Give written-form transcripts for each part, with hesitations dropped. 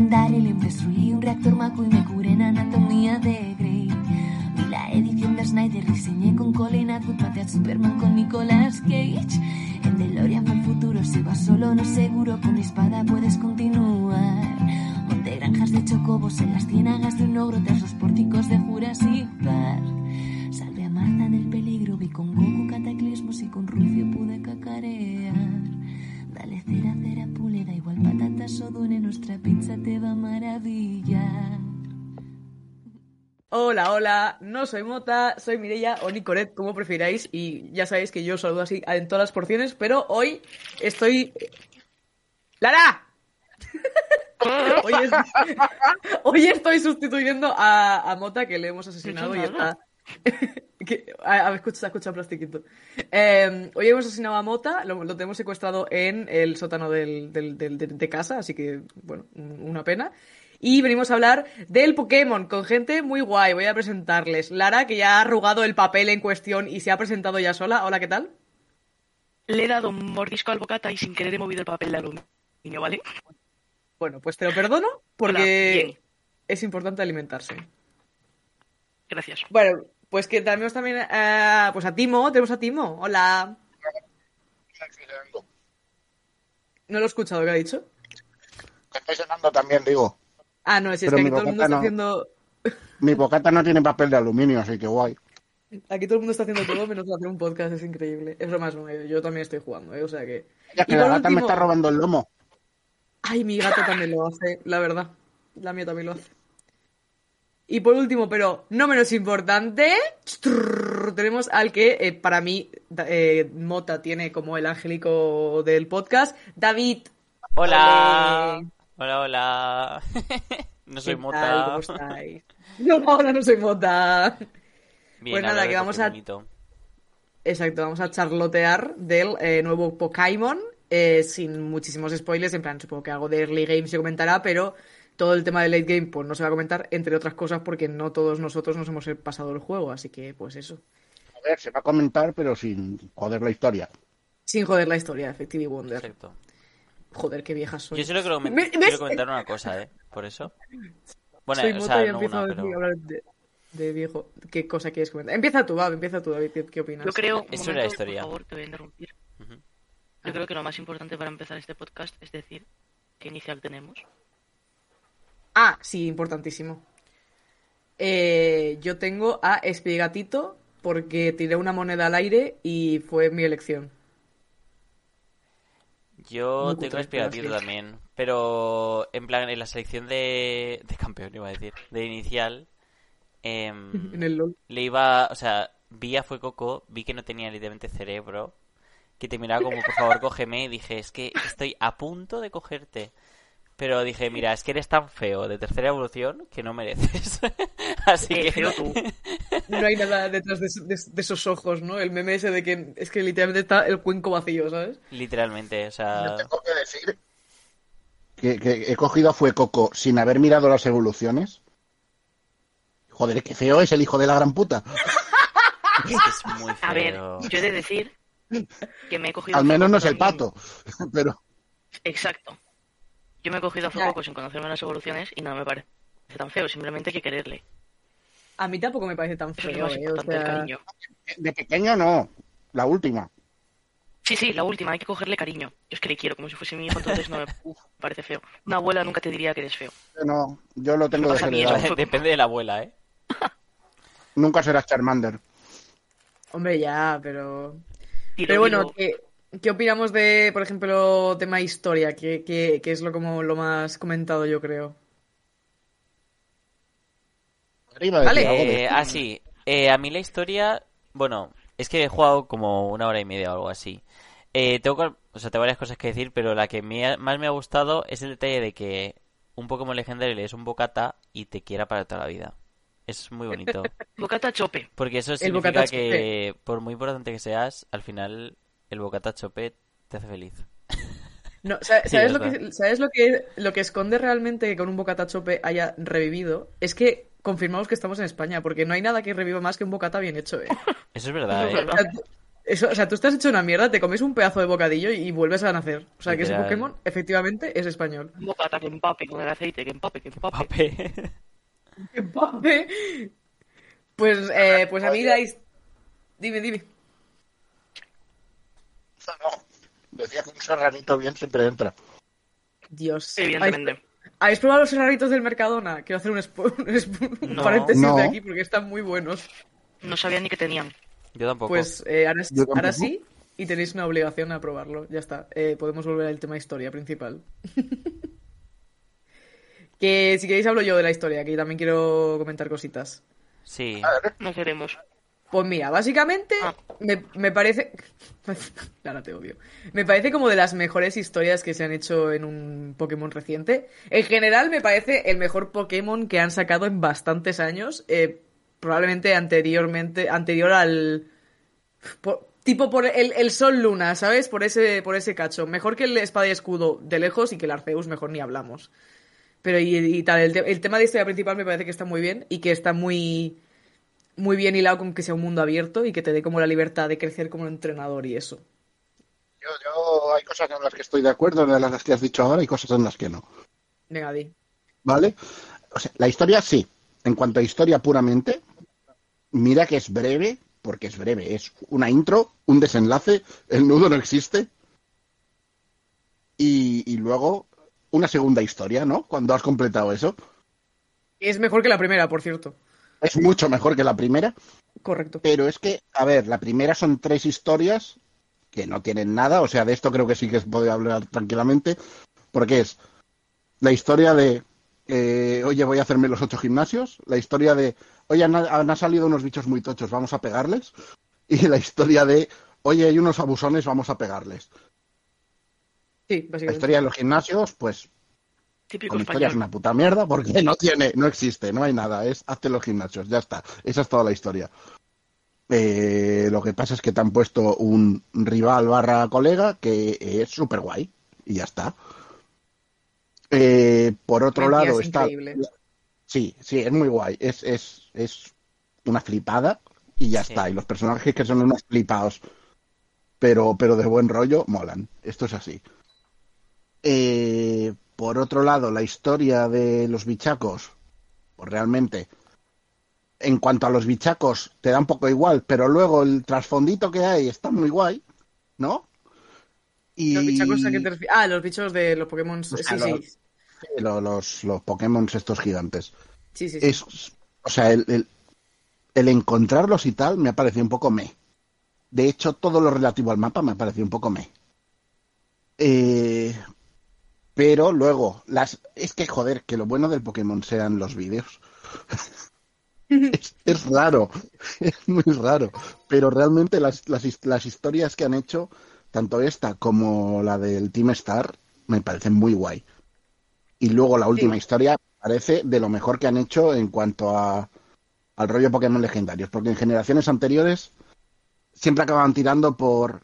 legendari li em destruí un reactor maco i me curé en anatomia de Grey. Vi la edición de Snyder, diseñé con Colin Atwood, maté a Superman con Nicolas Cage. En DeLorean fue el futuro, si vas solo no seguro, con mi espada puedes continuar. Monté granjas de chocobos en las ciénagas de un ogro tras los pórticos de Jurassic Park. Salvé a Marta del peligro, vi con Goku cataclismos y con Rufio pude cacarear. Dale cera, cera, pule, da igual patatas o dune, nuestra pizza te va a maravillar. Hola, hola, no soy Mota, soy Mireia o Nicoret, como prefiráis, y ya sabéis que yo saludo así en todas las porciones, pero hoy estoy... ¡Lara! Hoy estoy sustituyendo a Mota, que le hemos asesinado y está... se escucha plastiquito. Hoy hemos asesinado a Mota, lo tenemos secuestrado en el sótano de casa, así que, bueno, una pena. Y venimos a hablar del Pokémon con gente muy guay. Voy a presentarles. Lara, que ya ha arrugado el papel en cuestión y se ha presentado ya sola. Hola, ¿qué tal? Le he dado un mordisco al bocata y sin querer he movido el papel de aluminio, ¿vale? Bueno, pues te lo perdono porque Hola, es importante alimentarse. Gracias. Bueno, pues que tenemos también pues a Timo. Tenemos a Timo. Hola. No lo he escuchado, ¿qué ha dicho? Que estoy cenando también, digo. Ah, no, si es Pero que mi aquí todo el mundo está bocata haciendo... Mi bocata no tiene papel de aluminio, así que guay. Aquí todo el mundo está haciendo todo menos hacer un podcast, es increíble. Es lo más bueno, yo también estoy jugando, o sea que... Ya que Y la por gata me último... está robando el lomo. Ay, mi gato también lo hace, la verdad. La mía también lo hace. Y por último, pero no menos importante, tenemos al que para mí Mota tiene como el angélico del podcast, David. Hola. Ole. Hola. No soy ¿Qué Mota. tal? ¿Cómo estáis? No, ahora no soy Mota. Bien, Pues nada, hablar que de vamos a... Pokémonito. Exacto, vamos a charlotear del nuevo Pokémon, sin muchísimos spoilers, en plan, supongo que algo de Early Game se comentará, pero todo el tema de Late Game pues no se va a comentar, entre otras cosas porque no todos nosotros nos hemos pasado el juego, así que pues eso. A ver, se va a comentar, pero sin joder la historia. Sin joder la historia, Effective Wonder. Exacto. Joder, qué viejas soy. Yo solo quiero, ¿Ves? quiero comentar una cosa, por eso. Bueno, Soy o Mota sea, y no empiezo una, a pero... hablar de viejo. ¿Qué cosa quieres comentar? Empieza tú, David, ¿qué opinas? Yo creo... Es un una momento, historia. Por favor, te voy a interrumpir. Ujú. Yo creo que lo más importante para empezar este podcast es decir qué inicial tenemos. Ah, sí, importantísimo. Yo tengo a Espigatito porque tiré una moneda al aire y fue mi elección. Yo Muy tengo cutre, pero Espigatito así es. también, pero en plan, en la selección de campeón, iba a decir, de inicial, En el LOL. le iba, o sea, vi a Fuecoco, vi que no tenía literalmente cerebro, que te miraba como, por favor, cógeme, y dije, es que estoy a punto de cogerte. Pero dije, mira, es que eres tan feo de tercera evolución que no mereces. Así que... Feo tú. No hay nada detrás de esos ojos, ¿no? El meme ese de que es que literalmente está el cuenco vacío, ¿sabes? Literalmente, o Yo sea... tengo que decir que he cogido a Fuecoco sin haber mirado las evoluciones. Joder, qué feo es el hijo de la gran puta. Es que es muy A ver, feo. yo he de decir que me he cogido... Al a menos no es Fuecoco el también. pato. Pero Exacto. Yo me he cogido a Fuecoco sin conocerme las evoluciones y no me parece tan feo, simplemente hay que quererle. A mí tampoco me parece tan Eso es lo feo, más o importante, el sea... cariño. de pequeño no. La última. Sí, la última, hay que cogerle cariño. Yo es que le quiero como si fuese mi hijo, entonces no me parece feo. Una abuela nunca te diría que eres feo. No, yo lo tengo Me pasa a mí eso. desheredado. Depende de la abuela, ¿eh? Nunca serás Charmander. Hombre, ya, pero... Dilo, Pero bueno, dilo. ¿qué opinamos de, por ejemplo, tema historia? ¿Qué es como lo más comentado, yo creo? Iba a decir Vale. algo de... Sí. A mí la historia... Bueno, es que he jugado como 1 hora y media o algo así. Tengo varias cosas que decir, pero la que más me ha gustado es el detalle de que un Pokémon legendario le es un Bocata y te quiera para toda la vida. Es muy bonito. Bocata chope. Porque eso El significa Bocata que, por muy importante que seas, al final el Bocata Chope te hace feliz. No, Y ¿sabes ya lo está. sabes lo que esconde realmente que con un Bocata Chope haya revivido? Es que confirmamos que estamos en España, porque no hay nada que reviva más que un Bocata bien hecho, ¿eh? Eso es verdad, Eso es ¿eh? verdad. Eso, o sea, tú estás hecho una mierda, te comes un pedazo de bocadillo y vuelves a nacer. O sea, que ese Literal. Pokémon efectivamente es español. Bocata, que empape con el aceite, que empape, que empape. Pape. Mbappé. Pues a mí Dime. No, decía que un serranito bien siempre entra. Dios. Evidentemente. ¿Habéis probado los serranitos del Mercadona? Quiero hacer un No. paréntesis No. de aquí porque están muy buenos. No sabía ni que tenían. Yo tampoco. Pues Yo tampoco. ahora sí, y tenéis una obligación a probarlo. Ya está. Podemos volver al tema historia principal. Que si queréis hablo yo de la historia, que también quiero comentar cositas. Sí. No queremos. Pues mira, básicamente Ah. me parece... Lara, te odio. Me parece como de las mejores historias que se han hecho en un Pokémon reciente. En general me parece el mejor Pokémon que han sacado en bastantes años. Probablemente anterior al... tipo por el Sol Luna, ¿sabes? Por ese cacho. Mejor que el Espada y Escudo de lejos y que el Arceus mejor ni hablamos. Pero y tal, el tema de historia principal me parece que está muy bien y que está muy bien hilado con que sea un mundo abierto y que te dé como la libertad de crecer como entrenador y eso. Yo hay cosas en las que estoy de acuerdo, en las que has dicho ahora, y cosas en las que no. Venga, di. ¿Vale? O sea, la historia sí. En cuanto a historia puramente, mira que es breve, porque es breve. Es una intro, un desenlace, el nudo no existe. Y luego una segunda historia, ¿no? Cuando has completado eso. Es mejor que la primera, por cierto. Es mucho mejor que la primera. Correcto. Pero es que, a ver, la primera son 3 historias que no tienen nada. O sea, de esto creo que sí que se puede hablar tranquilamente. Porque es la historia de, oye, voy a hacerme los 8 gimnasios. La historia de, oye, han salido unos bichos muy tochos, vamos a pegarles. Y la historia de, oye, hay unos abusones, vamos a pegarles. Sí, La básicamente. historia de los gimnasios, pues, Típico como historia es español. una puta mierda porque no existe, no hay nada. Es hazte los gimnasios, ya está. Esa es toda la historia. Lo que pasa es que te han puesto un rival barra colega que es súper guay. Y ya está. Por otro Mentira, lado es está... increíble. Sí, es muy guay. Es una flipada y ya Sí. está. Y los personajes que son unos flipados, pero de buen rollo, molan. Esto es así. Por otro lado, la historia de los bichacos, pues realmente, en cuanto a los bichacos, te da un poco igual, pero luego el trasfondito que hay está muy guay, ¿no? Los bichacos a qué Y... te refieres. Ah, los bichos de los Pokémon. o Sí, sea, sí. los Pokémon estos gigantes. Sí. O sea, el encontrarlos y tal me ha parecido un poco meh. De hecho, todo lo relativo al mapa me ha parecido un poco meh. Pero luego, es que joder, que lo bueno del Pokémon sean los vídeos. Es raro, es muy raro. Pero realmente las historias que han hecho, tanto esta como la del Team Star, me parecen muy guay. Y luego la última Sí. historia me parece de lo mejor que han hecho en cuanto al rollo Pokémon legendarios. Porque en generaciones anteriores siempre acababan tirando por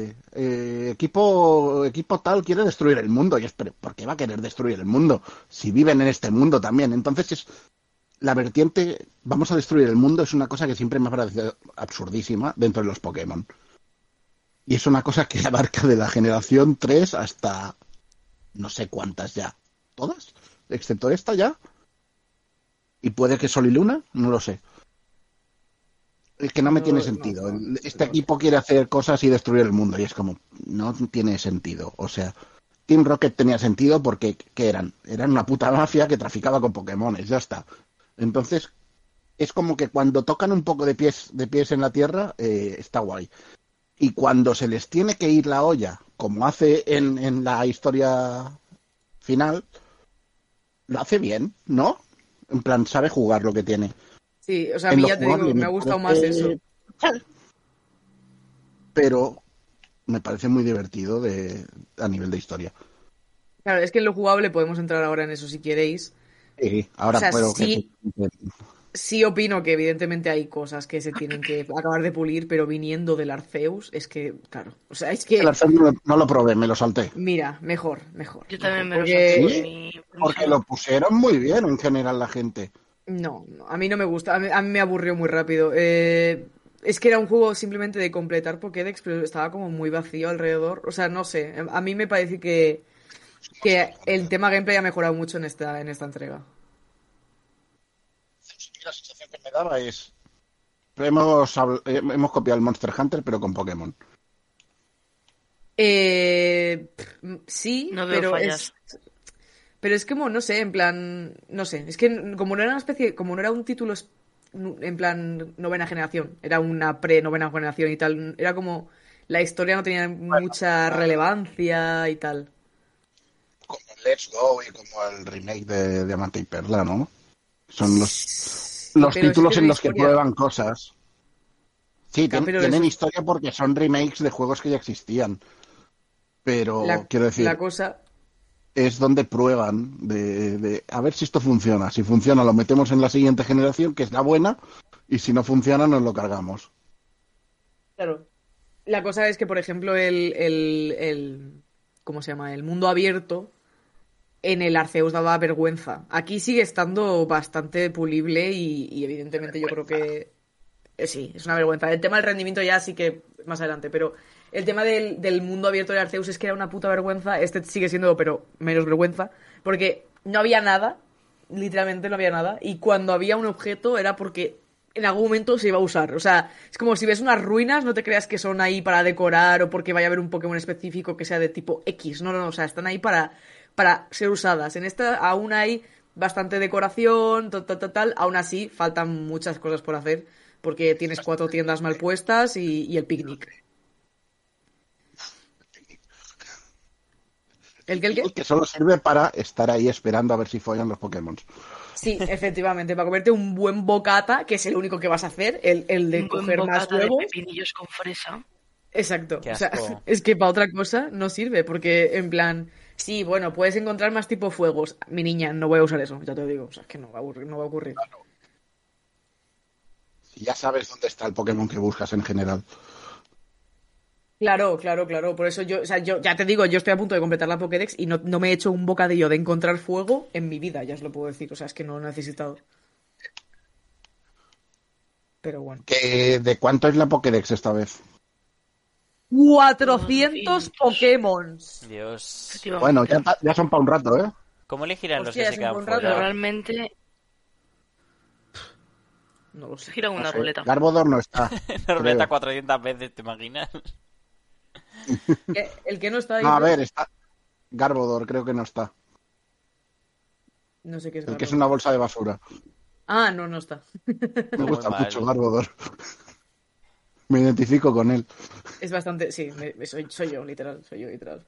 equipo tal quiere destruir el mundo. Y es, pero ¿por qué va a querer destruir el mundo? Si viven en este mundo también. Entonces es la vertiente, vamos a destruir el mundo, es una cosa que siempre me ha parecido absurdísima dentro de los Pokémon. Y es una cosa que abarca de la generación 3 hasta no sé cuántas ya. ¿Todas? Excepto esta ya. Y puede que Sol y Luna, no lo sé. Es que no me tiene sentido. Este equipo quiere hacer cosas y destruir el mundo. Y es como, no tiene sentido. O sea, Team Rocket tenía sentido porque, ¿qué eran? Eran una puta mafia que traficaba con Pokémones, ya está. Entonces, es como que cuando tocan un poco de pies en la tierra, está guay. Y cuando se les tiene que ir la olla, como hace en la historia final, lo hace bien, ¿no? En plan, sabe jugar lo que tiene. Sí, o sea, a En mí lo ya te digo, jugable me ha gustado más eso. Pero me parece muy divertido a nivel de historia. Claro, es que en lo jugable podemos entrar ahora en eso si queréis. Sí, O ahora sea, puedo sí opino que evidentemente hay cosas que se tienen que acabar de pulir, pero viniendo del Arceus, es que, claro, o sea, es El que, Arceus no lo probé, me lo salté. mira, mejor. Yo también me lo Porque salté Sí, por mi... porque lo pusieron muy bien en general la gente. no, a mí no me gusta, a mí me aburrió muy rápido. es que era un juego simplemente de completar Pokédex, pero estaba como muy vacío alrededor. O sea, no sé. A mí me parece que el tema gameplay ha mejorado mucho en esta entrega. La sensación que me daba es... Hemos copiado el Monster Hunter, pero con Pokémon. Sí, No veo fallas. Pero es como, no sé, en plan, no sé, es que como no era una especie, como no era un título en plan novena generación, era una pre-novena generación y tal, era como la historia no tenía mucha relevancia y tal. Como el Let's Go y como el remake de Diamante y Perla, ¿no? Son Sí, los pero sí títulos tiene en los que historia. prueban cosas. Sí, Pero tienen eso, historia porque son remakes de juegos que ya existían. Pero, la, quiero la decir, cosa, es donde prueban a ver si esto funciona. Si funciona, lo metemos en la siguiente generación, que es la buena, y si no funciona, nos lo cargamos. claro, la cosa es que, por ejemplo, ¿cómo se llama? El mundo abierto en el Arceus daba vergüenza. Aquí sigue estando bastante pulible y evidentemente yo creo que sí, es una vergüenza. El tema del rendimiento ya sí que más adelante, pero el tema del mundo abierto de Arceus es que era una puta vergüenza. Este sigue siendo, pero menos vergüenza, porque no había nada, literalmente no había nada, y cuando había un objeto era porque en algún momento se iba a usar. O sea, es como si ves unas ruinas, no te creas que son ahí para decorar o porque vaya a haber un Pokémon específico que sea de tipo X. No, no, no, o sea, están ahí para ser usadas. En esta aún hay bastante decoración, tal, tal, tal, tal. Aún así, faltan muchas cosas por hacer porque tienes 4 tiendas mal puestas y el picnic. ¿El qué, el Y qué? que solo sirve para estar ahí esperando a ver si follan los Pokémon. Sí, efectivamente, para comerte un buen bocata, que es el único que vas a hacer, el de Un buen coger más bocata de huevos. pepinillos con fresa. Exacto. Qué O sea, asco. es que para otra cosa no sirve, porque en plan, sí, bueno, puedes encontrar más tipo fuegos. Mi niña, no voy a usar eso, ya te lo digo. O sea, es que no va a ocurrir, no va a ocurrir. Si ya sabes dónde está el Pokémon que buscas en general. Claro, claro, claro. Por eso yo, o sea, yo ya te digo, yo estoy a punto de completar la Pokédex y no me he hecho un bocadillo de encontrar fuego en mi vida, ya os lo puedo decir. O sea, es que no lo he necesitado. Pero bueno. ¿De cuánto es la Pokédex esta vez? 400 400. Pokémon. Dios. Bueno, Efectivamente. ya son para un rato, ¿eh? ¿Cómo elegirán los que Hostia, se es un quedan buen Pero rato. fuera? realmente No lo sé. gira No una sé. ruleta. Garbodor no está, Nos meta creo. 400 veces, ¿te imaginas? ¿El que no está, No, a ver, dices? está. Garbodor creo que no está. No sé qué es El que es una Garbodor. bolsa de basura. Ah, no, no está. Me Muy gusta mucho mal. Garbodor. Me identifico con él. Es bastante. Sí, soy yo, literal. Soy yo, literal.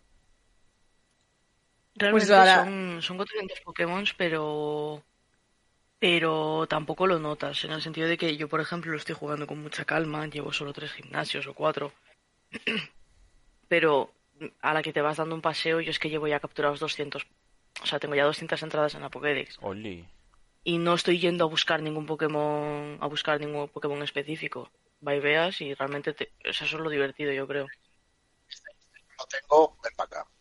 Pues eso, Realmente ahora. son 400 Pokémon, pero tampoco lo notas, en el sentido de que yo, por ejemplo, lo estoy jugando con mucha calma, llevo solo 3 gimnasios o 4, pero a la que te vas dando un paseo, yo es que llevo ya capturados 200, o sea, tengo ya 200 entradas en la Pokédex, Oli. y no estoy yendo a buscar ningún Pokémon específico. Va y veas y realmente, o sea, eso es lo divertido, yo creo. No tengo, ven para acá.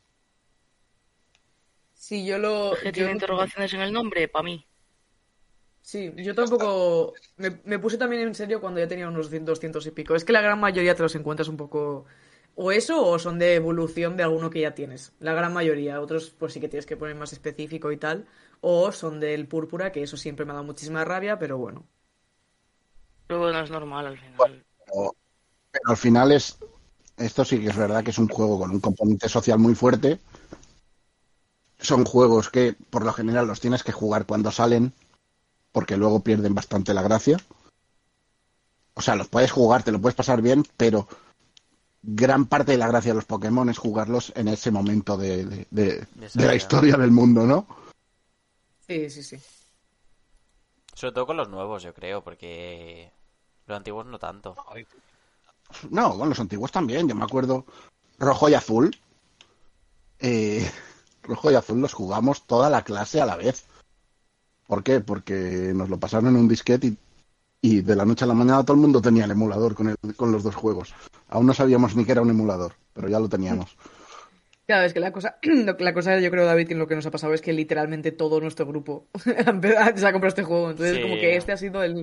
Sí, yo lo. ¿Que tiene interrogaciones en el nombre? Para mí. Sí, yo tampoco. Me puse también en serio cuando ya tenía unos 200 y pico. Es que la gran mayoría te los encuentras un poco. O eso, o son de evolución de alguno que ya tienes. La gran mayoría. Otros, pues sí que tienes que poner más específico y tal. O son del púrpura, que eso siempre me ha dado muchísima rabia, pero bueno. Pero bueno, es normal al Bueno, final. pero al final esto sí que es verdad que es un juego con un componente social muy fuerte. Son juegos que por lo general los tienes que jugar cuando salen, porque luego pierden bastante la gracia. O sea, los puedes jugar, te lo puedes pasar bien, pero gran parte de la gracia de los Pokémon es jugarlos en ese momento De de la salida. historia del mundo, ¿no? Sí, sí, sí. Sobre todo con los nuevos, yo creo, porque los antiguos no tanto. No, bueno, los antiguos también. Yo me acuerdo Rojo y Azul. eh, Rojo y Azul los jugamos toda la clase a la vez. ¿Por qué? Porque nos lo pasaron en un disquete y de la noche a la mañana todo el mundo tenía el emulador con los dos juegos. Aún no sabíamos ni que era un emulador, pero ya lo teníamos. Claro, es que la cosa, la cosa yo creo, David, que lo que nos ha pasado es que literalmente todo nuestro grupo se ha comprado este juego. Entonces, como Sí, que este ha sido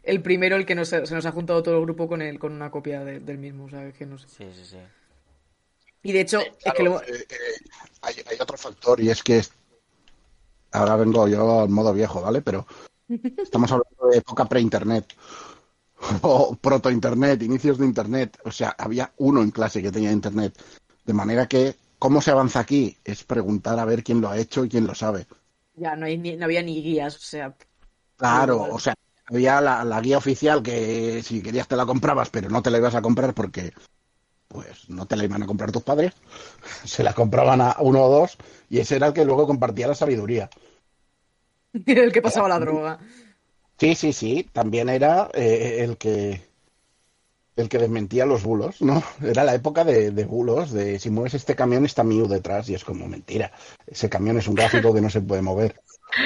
el primero el que se nos ha juntado todo el grupo con una copia del mismo, o sea, que no sé. Sí, sí, sí. Y de hecho, es que Claro, hay otro factor y es que ahora vengo yo al modo viejo, ¿vale? Pero estamos hablando de época pre-internet o proto-internet, inicios de internet. O sea, había uno en clase que tenía internet. De manera que, ¿cómo se avanza aquí? Es preguntar a ver quién lo ha hecho y quién lo sabe. ya no había ni guías, o sea, da Claro, igual. o sea, había la guía oficial que si querías te la comprabas, pero no te la ibas a comprar porque pues no te la iban a comprar tus padres, se la compraban a uno o dos y ese era el que luego compartía la sabiduría. El que pasaba la droga. Sí, sí, sí, también era el que desmentía los bulos, ¿no? Era la época de bulos, de si mueves este camión está Miu detrás y es como mentira. Ese camión es un gráfico que no se puede mover.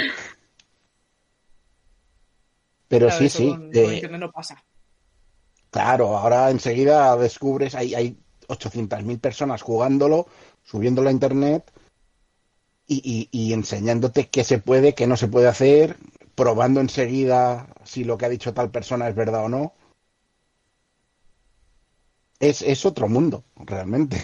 Pero Claro, sí, eso sí, con internet no pasa. claro, ahora enseguida descubres, hay 800.000 personas jugándolo, subiéndolo a internet y enseñándote qué se puede, qué no se puede hacer, probando enseguida si lo que ha dicho tal persona es verdad o no. Es otro mundo, realmente.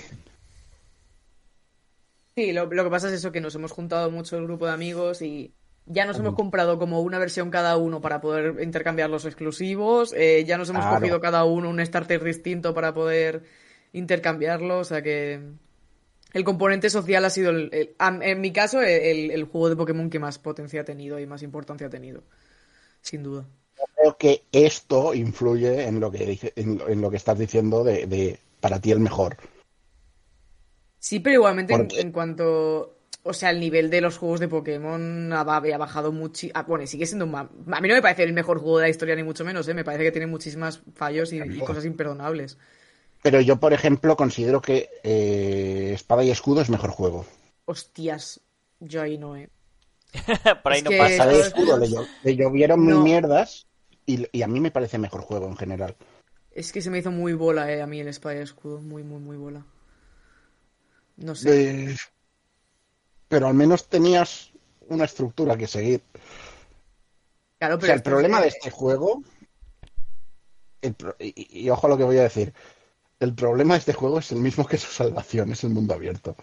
Sí, lo que pasa es eso, que nos hemos juntado mucho el grupo de amigos y ya nos hemos comprado como una versión cada uno para poder intercambiar los exclusivos, ya nos hemos Claro. cogido cada uno un starter distinto para poder intercambiarlo, o sea que el componente social ha sido, en mi caso, el juego de Pokémon que más potencia ha tenido y más importancia ha tenido, sin duda. Creo que esto influye en lo que en lo que estás diciendo de para ti el mejor. Sí, pero igualmente Porque, en cuanto, o sea, el nivel de los juegos de Pokémon ha bajado mucho. Bueno, sigue siendo a mí no me parece el mejor juego de la historia, ni mucho menos, ¿eh? Me parece que tiene muchísimas fallos y cosas imperdonables. pero yo, por ejemplo, considero que Espada y Escudo es mejor juego. Hostias, yo ahí no, ¿eh? Por ahí Es no que Espada y pasas. Espada de Escudo Escudos, le llovieron mil no. mierdas y a mí me parece mejor juego en general. Es que se me hizo muy bola, a mí el Espada de Escudo. Muy, muy, muy bola. No sé. Eh, pero al menos tenías una estructura que seguir. Claro, O pero sea, el esto es. problema de este juego, y ojo a lo que voy a decir, el problema de este juego es el mismo que su salvación, es el mundo abierto.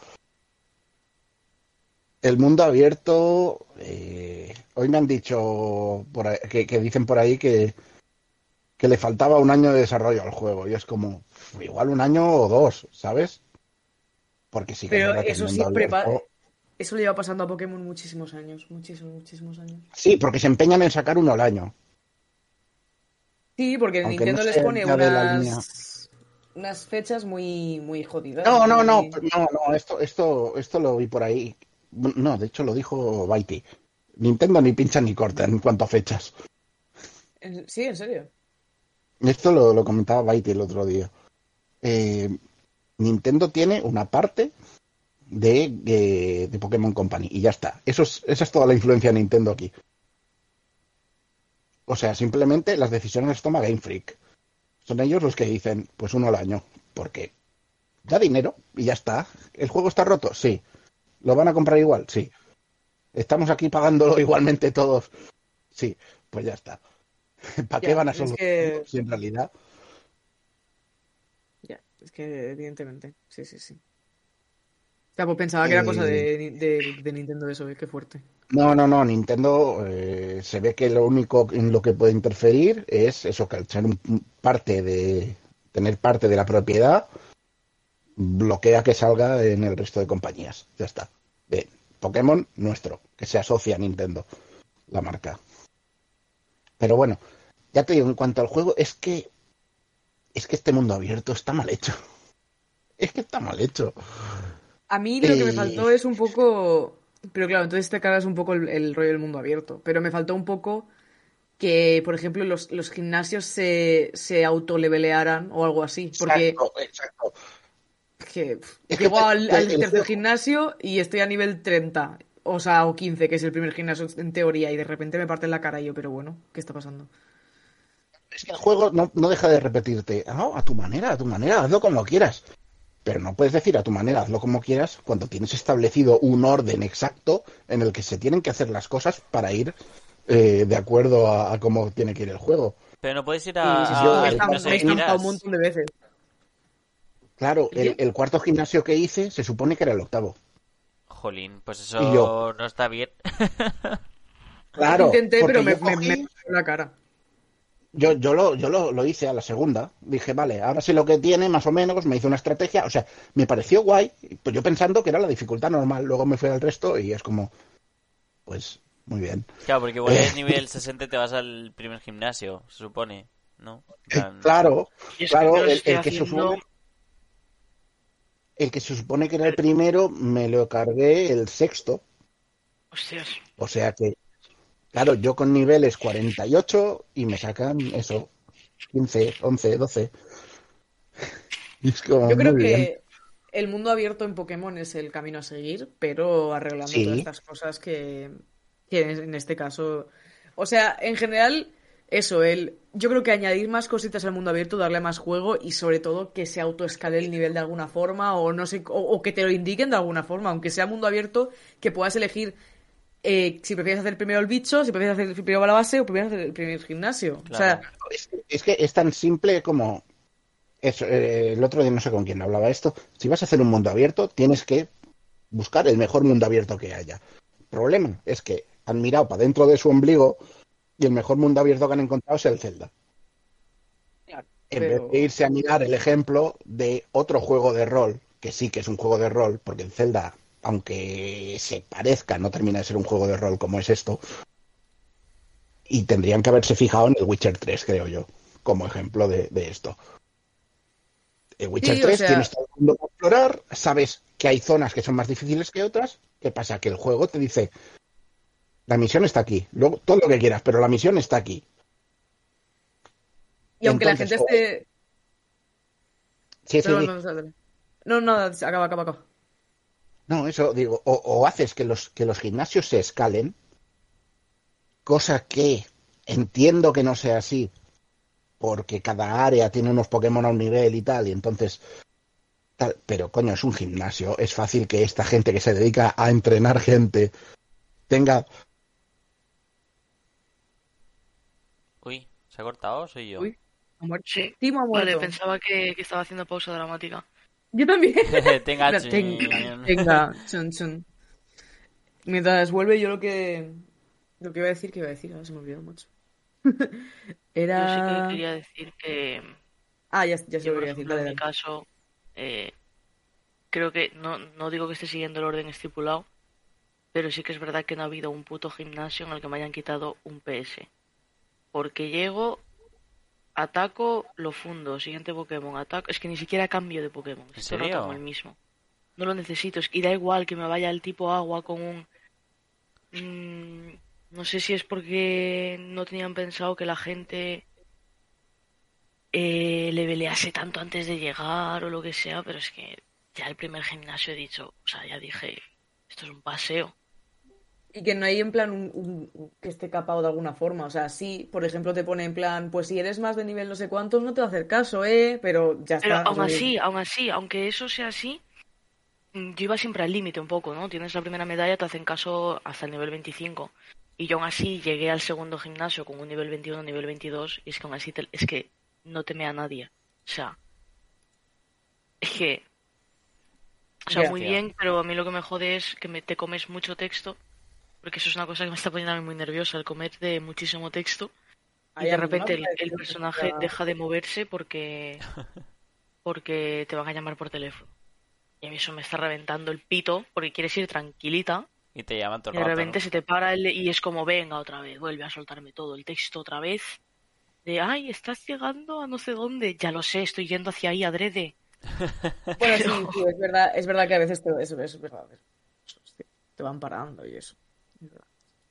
El mundo abierto, hoy me han dicho que dicen por ahí que le faltaba un año de desarrollo al juego y es como, igual un año o dos, ¿sabes? Porque sí que es Pero verdad que el eso mundo siempre abierto... eso le lleva pasando a Pokémon muchísimos años. Muchísimos, muchísimos años. Sí, porque se empeñan en sacar uno al año, Sí, porque aunque no Nintendo les sea pone ya de la línea. unas fechas muy, muy jodidas, No, no, no, muy... no, no, esto lo vi por ahí. No, de hecho lo dijo Baiti. Nintendo ni pincha ni corta en cuanto a fechas. Sí, en serio. Esto lo comentaba Baiti el otro día. Eh, Nintendo tiene una parte de Pokémon Company y ya está. Esa es toda la influencia de Nintendo aquí. O sea, simplemente las decisiones las toma Game Freak. Son ellos los que dicen, pues uno al año. Porque da dinero y ya está. ¿El juego está roto? Sí. ¿Lo van a comprar igual? Sí. ¿Estamos aquí pagándolo igualmente todos? Sí. Pues ya está. ¿Para qué Ya, van a es solucionarlo que... si en realidad... Ya, es que evidentemente. Sí, sí, sí. O sea, pues pensaba que era cosa eh, de Nintendo eso, qué fuerte. No, no, no. Nintendo se ve que lo único en lo que puede interferir es eso, que al ser tener parte de la propiedad, bloquea que salga en el resto de compañías. Ya está. De Pokémon, nuestro, que se asocia a Nintendo, la marca. Pero bueno, ya te digo, en cuanto al juego, es que este mundo abierto está mal hecho. Es que está mal hecho. A mí lo que me Eh, faltó es un poco... Pero claro, entonces te cargas un poco el rollo del mundo abierto. Pero me faltó un poco que, por ejemplo, los gimnasios se autolevelearan o algo así. Porque exacto, exacto. Es que llego al el tercer juego, gimnasio y estoy a nivel 30, o sea, o 15, que es el primer gimnasio en teoría, y de repente me parten la cara y yo, pero bueno, ¿qué está pasando? es que el juego no deja de repetirte, "Ah, a tu manera, hazlo como quieras. Pero no puedes decir a tu manera, hazlo como quieras, cuando tienes establecido un orden exacto en el que se tienen que hacer las cosas para ir de acuerdo a cómo tiene que ir el juego. Pero no puedes ir Sí, a... sí, sí, yo- me he al estampado- gimnasio me he que estampado quieras. un montón de veces. Claro, ¿El qué? el cuarto gimnasio que hice se supone que era el octavo. Jolín, pues Y yo, eso no está bien. claro, Intenté, pero porque me yo cogí, partió la cara. yo lo hice a la segunda. Dije, vale, ahora sé lo que tiene, más o menos, me hice una estrategia. O sea, me pareció guay, pues yo pensando que era la dificultad normal. Luego me fui al resto y es como, pues, muy bien. Claro, porque igual eres nivel 60 y te vas al primer gimnasio, se supone, ¿no? En plan, Claro, Y es que claro, yo los estoy el que se haciendo. supone, el que se supone que era el primero, me lo cargué el sexto. Hostias. O sea que, claro, yo con niveles 48 y me sacan eso, 15, 11, 12. Y es como, Yo creo muy bien. que el mundo abierto en Pokémon es el camino a seguir, pero arreglando todas Sí, estas cosas que en este caso. O sea, en general, eso, yo creo que añadir más cositas al mundo abierto, darle más juego y sobre todo que se autoescale el nivel de alguna forma o no sé, o que te lo indiquen de alguna forma, aunque sea mundo abierto, que puedas elegir si prefieres hacer primero el bicho, si prefieres hacer primero la base o prefieres hacer el primer gimnasio. O sea, claro. es que es tan simple como eso, el otro día no sé con quién hablaba esto. Si vas a hacer un mundo abierto, tienes que buscar el mejor mundo abierto que haya. El problema es que han mirado para dentro de su ombligo y el mejor mundo abierto que han encontrado es el Zelda. En vez de pero irse a mirar el ejemplo de otro juego de rol, que sí que es un juego de rol, porque el Zelda, aunque se parezca, no termina de ser un juego de rol como es esto, y tendrían que haberse fijado en el Witcher 3, creo yo, como ejemplo de esto. El Witcher sí, o 3 tienes sea, todo el mundo para explorar, sabes que hay zonas que son más difíciles que otras. ¿Qué pasa? Que el juego te dice, la misión está aquí, luego todo lo que quieras, pero la misión está aquí. y aunque la Entonces, gente esté. sí, sí, Perdón, sí. no, no, nada, acaba. No, eso digo, o haces que los gimnasios se escalen, cosa que entiendo que no sea así, porque cada área tiene unos Pokémon a un nivel y tal, y entonces tal, pero coño, es un gimnasio, es fácil que esta gente que se dedica a entrenar gente tenga. Uy, ¿se ha cortado o soy yo? Uy, ha muerto. Sí. Timo ha Vale, muerto. pensaba que estaba haciendo pausa dramática. Yo también. Tenga Mira, chin. tenga, chun, chun. Mientras vuelve, yo lo que iba a decir, ahora se me olvidó mucho. Yo sí que Era. quería decir que Ah, ya sé yo, lo que por quería decir, ejemplo, dale, en mi dale. caso, eh, creo que no digo que esté siguiendo el orden estipulado, pero sí que es verdad que no ha habido un puto gimnasio en el que me hayan quitado un PS. Porque llego, ataco, lo fundo, siguiente Pokémon, ataco. Es que ni siquiera cambio de Pokémon, ¿En es todo el rato con el serio? mismo. No lo necesito, y da igual que me vaya el tipo agua con un. No sé si es porque no tenían pensado que la gente le pelease tanto antes de llegar o lo que sea, pero es que ya el primer gimnasio he dicho, o sea, ya dije, esto es un paseo. Y que no hay en plan que esté capado de alguna forma. O sea, sí, por ejemplo, te pone en plan, pues si eres más de nivel no sé cuántos, no te va a hacer caso, ¿eh? Pero ya Pero está. O sea, aún así, aunque eso sea así, yo iba siempre al límite un poco, ¿no? Tienes la primera medalla, te hacen caso hasta el nivel 25. Y yo aún así llegué al segundo gimnasio con un nivel 21, nivel 22, y es que aún así es que no teme a nadie. O sea, es que, o sea, ya. muy Hostia. bien, pero a mí lo que me jode es que te comes mucho texto, porque eso es una cosa que me está poniendo a mí muy nerviosa, el comer de muchísimo texto, y Ay, de a mí no me repente ha el parecido que personaje fuera- deja de moverse porque te van a llamar por teléfono. Y a mí eso me está reventando el pito, porque quieres ir tranquilita, Y te llaman todo y el de rato, repente ¿no? se te para y es como, venga otra vez, vuelve a soltarme todo el texto otra vez. De, ay, estás llegando a no sé dónde. Ya lo sé, estoy yendo hacia ahí adrede. Bueno, Pero sí, es verdad que a veces eso es verdad. Hostia, te van parando y eso. Es verdad.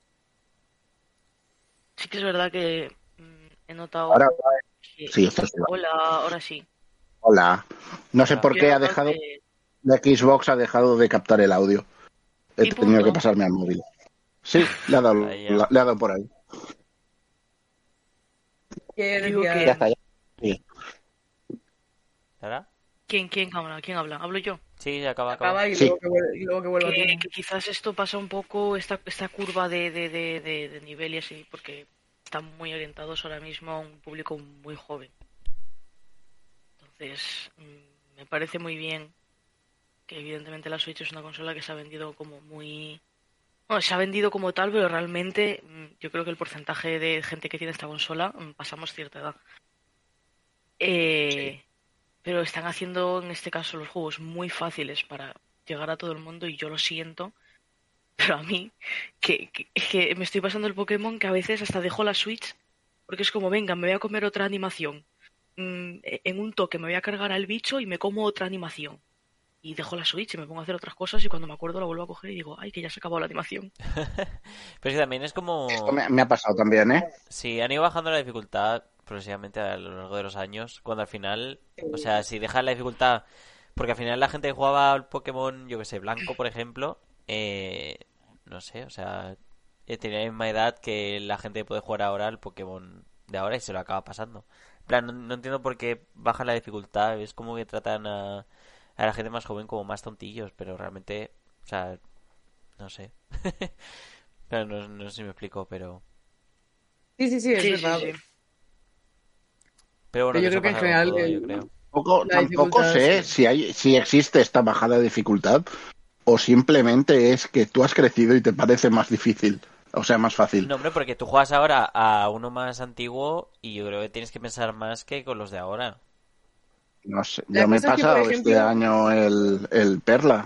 sí que es verdad que he Ahora, notado que... sí, esto sí va. Hola, ahora sí. Hola. No sé Hola. por Yo he qué ha notado dejado, que... la Xbox ha dejado de captar el audio. He Y tenido que punto. pasarme al móvil. Sí, Vaya. le ha dado por ahí. ¿Qué Digo Ya decía? está, ya. Sí. ¿Ahora? ¿Quién habla? ¿Quién habla? ¿Hablo yo? Sí, acaba, acaba. Acaba y Sí. luego que vuelva Que Timo. quizás esto pasa un poco, esta curva de nivel y así, porque están muy orientados ahora mismo a un público muy joven. Entonces, me parece muy bien que evidentemente la Switch es una consola que se ha vendido como muy... Bueno, se ha vendido como tal, pero realmente yo creo que el porcentaje de gente que tiene esta consola pasamos cierta edad. Pero están haciendo en este caso los juegos muy fáciles para llegar a todo el mundo y yo lo siento, pero a mí que me estoy pasando el Pokémon que a veces hasta dejo la Switch porque es como, venga, me voy a comer otra animación. En un toque me voy a cargar al bicho y me como otra animación. Y dejo la Switch y me pongo a hacer otras cosas y cuando me acuerdo la vuelvo a coger y digo, ay, que ya se acabó la animación. Pero sí, también es como... Esto me ha pasado también, ¿eh? Sí, han ido bajando la dificultad progresivamente a lo largo de los años, cuando al final, o sea, si dejas la dificultad, porque al final la gente que jugaba al Pokémon, yo que sé, blanco, por ejemplo, no sé, o sea, tenía la misma edad que la gente que puede jugar ahora al Pokémon de ahora y se lo acaba pasando. En plan, no entiendo por qué bajan la dificultad, es como que tratan a la gente más joven como más tontillos, pero realmente, o sea, no sé. Claro, no sé si me explico, pero... Sí, es verdad. Sí. Pero bueno, Pero yo que creo que en eso ha pasado general todo, yo creo. Tampoco dificultad, sé sí. si existe esta bajada de dificultad o simplemente es que tú has crecido y te parece más difícil, o sea, más fácil. No, hombre, porque tú juegas ahora a uno más antiguo y yo creo que tienes que pensar más que con los de ahora. No sé, La yo me he cosa es que, por pasado este ejemplo, año el Perla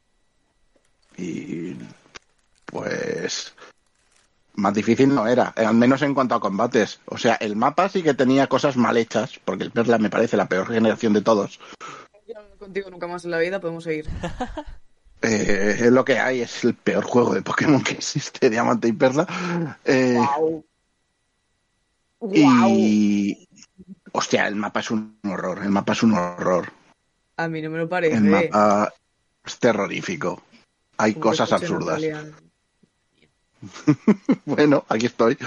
y pues más difícil no era, al menos en cuanto a combates. O sea, el mapa sí que tenía cosas mal hechas, porque el Perla me parece la peor generación de todos. yo contigo nunca más en la vida podemos seguir. Es lo que hay, es el peor juego de Pokémon que existe, Diamante y Perla. Wow. Y... Hostia, el mapa es un horror, el mapa es un horror. A mí no me lo El parece. mapa es terrorífico. Hay Como que cosas escuche absurdas. Natalia. Bueno, aquí estoy.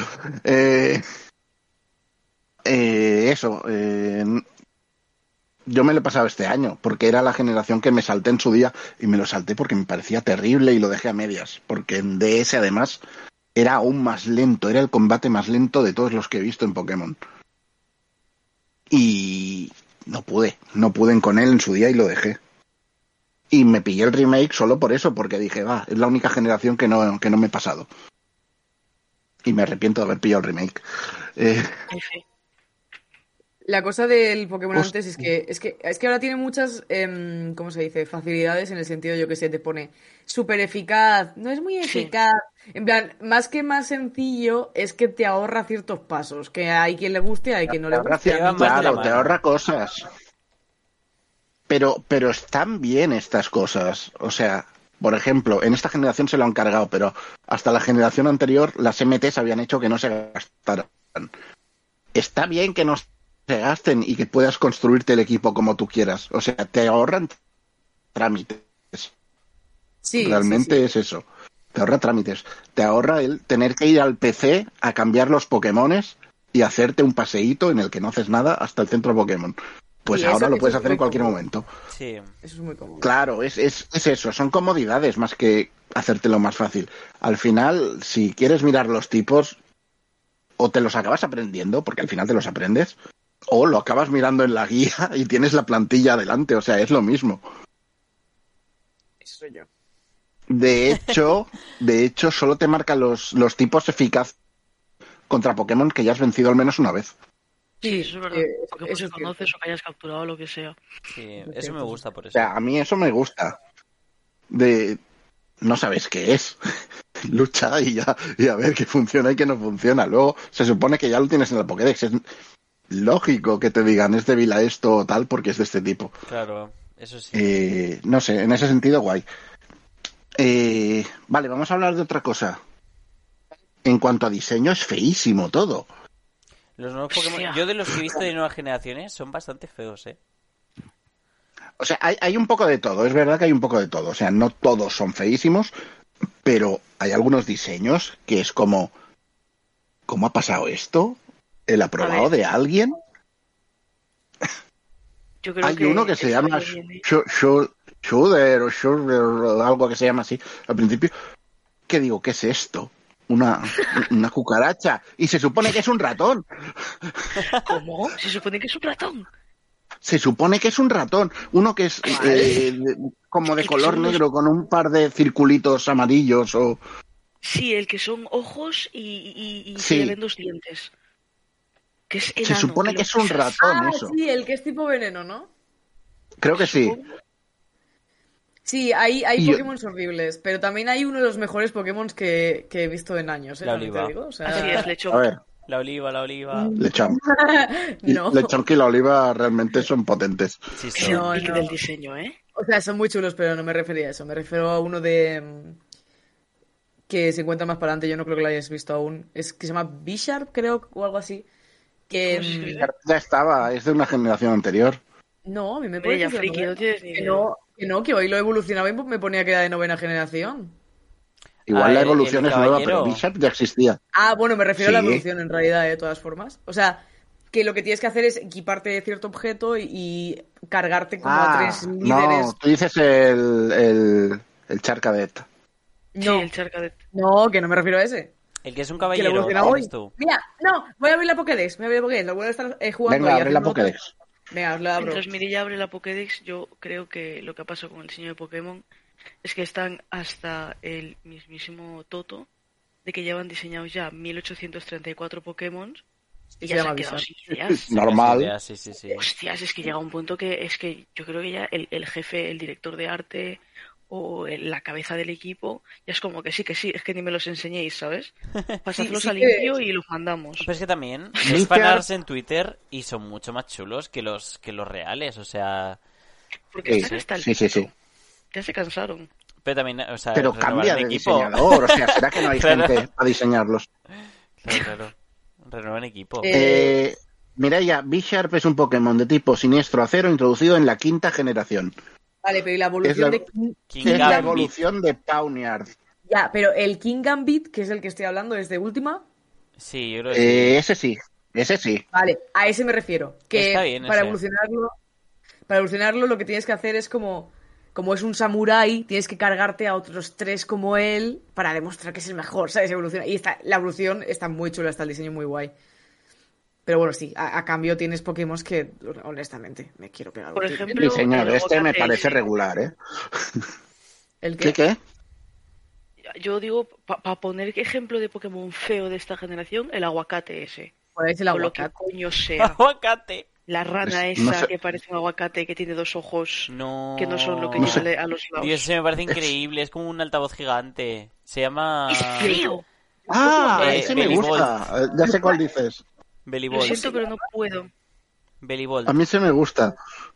Eso. Yo me lo he pasado este año, porque era la generación que me salté en su día, y me lo salté porque me parecía terrible y lo dejé a medias, porque en DS además era aún más lento, era el combate más lento de todos los que he visto en Pokémon. Y no pude con él en su día y lo dejé. Y me pillé el remake solo por eso, porque dije, va, es la única generación que no me he pasado. Y me arrepiento de haber pillado el remake. La cosa del Pokémon Pues, antes es que ahora tiene muchas, ¿cómo se dice? Facilidades en el sentido, yo que sé, te pone súper eficaz, no es muy Sí. eficaz. En plan, más que más sencillo, es que te ahorra ciertos pasos, que hay quien le guste, hay quien no le guste. Lleva más de la claro, te mano. ahorra cosas. Pero están bien estas cosas. O sea, por ejemplo, en esta generación se lo han cargado, pero hasta la generación anterior las MTs habían hecho que no se gastaran. Está bien que no se gasten y que puedas construirte el equipo como tú quieras. O sea, te ahorran trámites. Sí. Realmente es eso. Te ahorra trámites. Te ahorra el tener que ir al PC a cambiar los Pokémones y hacerte un paseíto en el que no haces nada hasta el centro Pokémon. Pues Sí, ahora lo eso puedes es hacer muy en cualquier cómodo. momento. Sí. Eso es muy cómodo. Claro, es eso, son comodidades más que hacértelo más fácil. Al final, si quieres mirar los tipos, o te los acabas aprendiendo, porque al final te los aprendes, o lo acabas mirando en la guía y tienes la plantilla adelante, o sea, es lo mismo. Eso soy yo. De hecho, solo te marca los tipos eficaz contra Pokémon que ya has vencido al menos una vez. Sí, eso es verdad. Porque eso pues es conoces cierto. o que hayas capturado lo que sea. Sí, Es eso cierto, me eso gusta es por O eso. sea, a mí eso me gusta. No sabes qué es. Lucha y a ver qué funciona y qué no funciona. Luego se supone que ya lo tienes en la Pokédex. Es lógico que te digan es débil a esto o tal porque es de este tipo. Claro, eso sí. No sé, en ese sentido guay. Vale, vamos a hablar de otra cosa. En cuanto a diseño es feísimo todo. Los nuevos Pokémon, Hostia. yo de los que he visto de nuevas generaciones son bastante feos, ¿eh? O sea, hay un poco de todo, es verdad que hay un poco de todo. O sea, no todos son feísimos, pero hay algunos diseños que es como, ¿cómo ha pasado esto? ¿El aprobado ver. de alguien? Yo creo Hay que uno que se esto llama ya viene... Shooter o algo que se llama así al principio, que digo, ¿qué es esto? una cucaracha. Y se supone que es un ratón. ¿Cómo? Se supone que es un ratón. Se supone que es un ratón. Uno que es como de El que color son los- negro con un par de circulitos amarillos o... Sí, el que son ojos y Sí. se le ven 2 dientes. Que es enano. Se supone que lo es un pisas. ratón eso. Sí, el que es tipo veneno, ¿no? Creo que sí. Supongo. Sí, hay Y- Pokémon horribles, pero también hay uno de los mejores Pokémon que he visto en años, La también te oliva. digo. O sea, Así es, A lechón. ver, La oliva. Lechonk. no. Lechonk y la oliva realmente son potentes. Sí, Es son. No, el pick no. del diseño, ¿eh? O sea, son muy chulos, pero no me refería a eso. Me refiero a uno de que se encuentra más para adelante. Yo no creo que lo hayas visto aún. Es que se llama Bisharp, creo, o algo así. Que ¿Cómo se escribe? Ya estaba, es de una generación anterior. no, a mí me Bella parece friki, no tienes ni que idea. no, que hoy lo evolucionaba y me ponía que era de 9ª generación. Igual la evolución el es nueva, pero caballero. Bishop ya existía. Ah, bueno, me refiero a la Sí. evolución en realidad, de todas formas. O sea, que lo que tienes que hacer es equiparte cierto objeto y cargarte como a 3 líderes. No, tú dices el Charcadet. Sí, No, el Charcadet. no, que no me refiero a ese. El que es un Que lo caballero, evoluciona ¿quién hoy. eres tú? Mira, no, voy a abrir la Pokédex, lo voy a estar jugando Venga, y abre la haciendo Pokédex. notas. Venga, os la abro. Mientras Mirilla abre la Pokédex, yo creo que lo que ha pasado con el diseño de Pokémon es que están hasta el mismísimo Toto de que llevan diseñados ya 1834 Pokémon y Y ya se se llama han quedado Bizarre. sin ideas. Normal. Sí, sí, sí. Hostias, es que llega un punto que es que yo creo que ya el jefe, el director de arte o la cabeza del equipo, ya es como que sí, es que ni me los enseñéis, ¿sabes? Pasadlos sí a que- limpio y los mandamos. Pero es que también Bichar- ves fanarts en Twitter y son mucho más chulos que los reales, o sea... Porque Sí, están hasta el sí, sí, sí. ya se cansaron. Pero también, o sea, Pero renovar cambia el de equipo. diseñador, o sea, ¿será que no hay Claro. gente para diseñarlos? Claro. Renovar equipo. Mireia, Bisharp es un Pokémon de tipo siniestro acero introducido en la 5ª generación. Vale, pero ¿y la evolución la- de King Es la Gambit. evolución de Pawniard. Ya, pero el King Gambit, que es el que estoy hablando, es de última. Sí, yo creo que sí. Ese sí. Vale, a ese me refiero. Que Está bien para ese. evolucionarlo lo que tienes que hacer es como es un samurái, tienes que cargarte a otros 3 como él para demostrar que es el mejor, ¿sabes? Evoluciona. Y la evolución está muy chula, está el diseño muy guay. Pero bueno, sí, a cambio tienes Pokémon que, honestamente, me quiero pegar. Por un tiro. ejemplo, Sí, señor, el este me aguacate parece ese. regular, ¿eh? ¿El qué? ¿Qué? Yo digo, para poner ejemplo de Pokémon feo de esta generación, el aguacate ese. ¿Cuál es el O lo que aguacate? coño sea. ¡Aguacate! La rana No esa sé. que parece un aguacate que tiene 2 ojos No. que no son lo que No lleva sé. a los lados. Dios, ese me parece increíble. Es como un altavoz gigante. Se llama... Es feo. Ese me Belly gusta. Ya sé cuál dices. Belly Lo Balls. siento, pero no puedo. Belly Ball. A mí ese me gusta.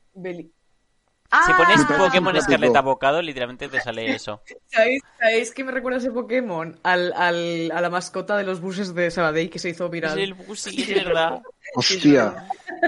Si pones Me parece Pokémon simpático. Scarlet Avocado, literalmente te sale eso. ¿Sabéis qué me recuerda ese Pokémon? A la mascota de los buses de Sabadell que se hizo Es viral. el Busi, es verdad. Hostia.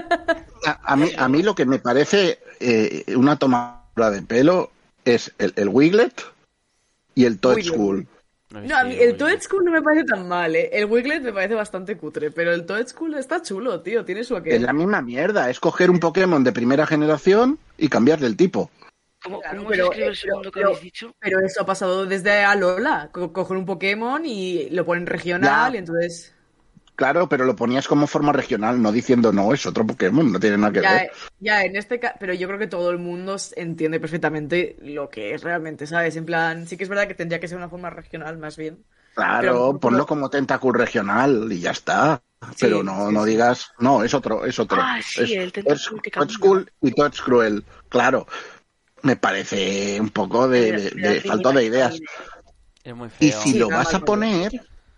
A mí lo que me parece una tomadura de pelo es el Wiglet y el Toedscool. No, a mí el Toedscool no me parece tan mal, ¿eh? El Wiglet me parece bastante cutre, pero el Toedscool está chulo, tío, tiene su Es aquel. la misma mierda, es coger un Pokémon de primera generación y cambiarle el tipo. ¿Cómo, Claro, cómo pero- se escribe el segundo que pero- habéis dicho? Pero eso ha pasado desde Alola. Cogen un Pokémon y lo ponen regional Ya. y entonces... Claro, pero lo ponías como forma regional, no diciendo no, es otro Pokémon, no tiene nada que ver. Ya, en este caso... Pero yo creo que todo el mundo entiende perfectamente lo que es realmente, ¿sabes? En plan, sí que es verdad que tendría que ser una forma regional más bien. Claro, pero- ponlo como Tentacool regional y ya está. Pero no, sí, no sí. digas, no, es otro. Ah, sí, el Tentacool que cambia. Toedscool y Toedscruel, claro. Me parece un poco de falta de ideas. Es muy Y feo. si Sí, lo nada vas más a poner,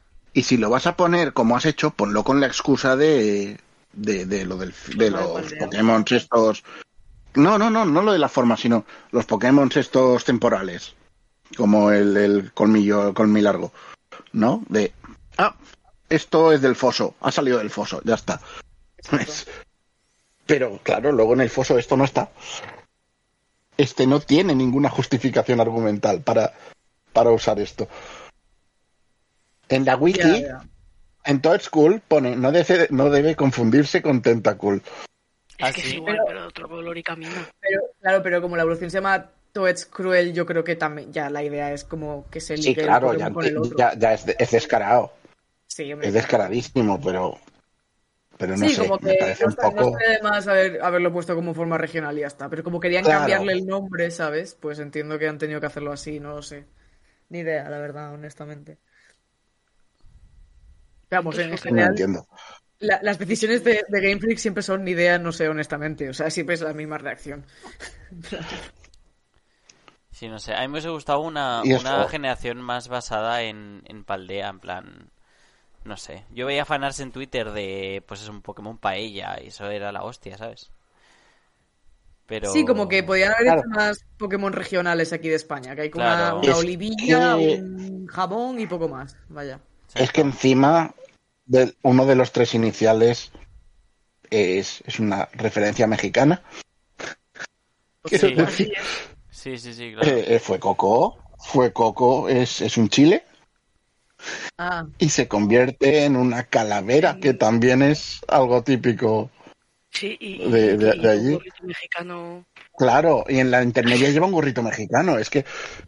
como has hecho, ponlo con la excusa de lo de los Pokémon estos. No lo de la forma, sino los Pokémon estos temporales, como el colmilargo, ¿no? Esto es del foso, ha salido del foso, ya está. Pero claro, luego en el foso esto no está. Este no tiene ninguna justificación argumental para usar esto. En la wiki, Ya. en Toedscool pone no debe confundirse con Tentacool. Es Ah, que sí. es igual, pero de otro color y camino. Pero, claro, pero como la evolución se llama esto es cruel, yo creo que también ya la idea es como que se Sí, ligue el claro, Pokémon con el otro. ya es descarado. Sí, hombre, Es descaradísimo, pero no sí, sé, como me que parece no un está, no poco... estaría de más haberlo puesto como forma regional y ya está. Pero como querían Claro. cambiarle el nombre, ¿sabes? Pues entiendo que han tenido que hacerlo así, no lo sé. Ni idea, la verdad, honestamente. Vamos, en ¿Cuántos No general, entiendo. las decisiones de Game Freak siempre son ni idea, no sé, honestamente. O sea, siempre es la misma reacción. Sí, no sé. A mí me hubiese gustado una Y eso, generación más basada en Paldea, en plan... No sé. Yo veía fanarts en Twitter de, pues es un Pokémon paella y eso era la hostia, ¿sabes? Sí, como que Pero... podían haber claro, hecho más Pokémon regionales aquí de España, que hay como Claro. una es olivilla, que, un jamón y poco más. Vaya. es que Exacto. encima uno de los 3 iniciales es una referencia mexicana. Quiero Hostia. Sí. decir, Así es. Sí, claro. fue Coco, es un chile Ah, y se convierte en una calavera, que En- también es algo típico Sí, de y un allí. gorrito mexicano. Claro, y en la intermedia lleva un gorrito mexicano. Es que,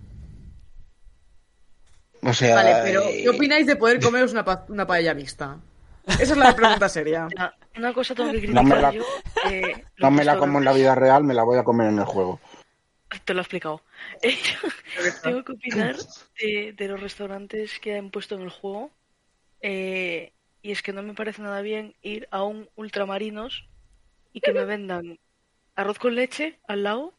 o vale, sea, pero ¿qué opináis de poder comeros una paella mixta? Esa es la pregunta seria. Una cosa tengo que no me criticar la, yo, no los me la como en la restaurantes, vida real, me la voy a comer en el juego. te lo he explicado. Tengo que opinar de los restaurantes que han puesto en el juego. Y es que no me parece nada bien ir a un ultramarinos y que me vendan arroz con leche al lado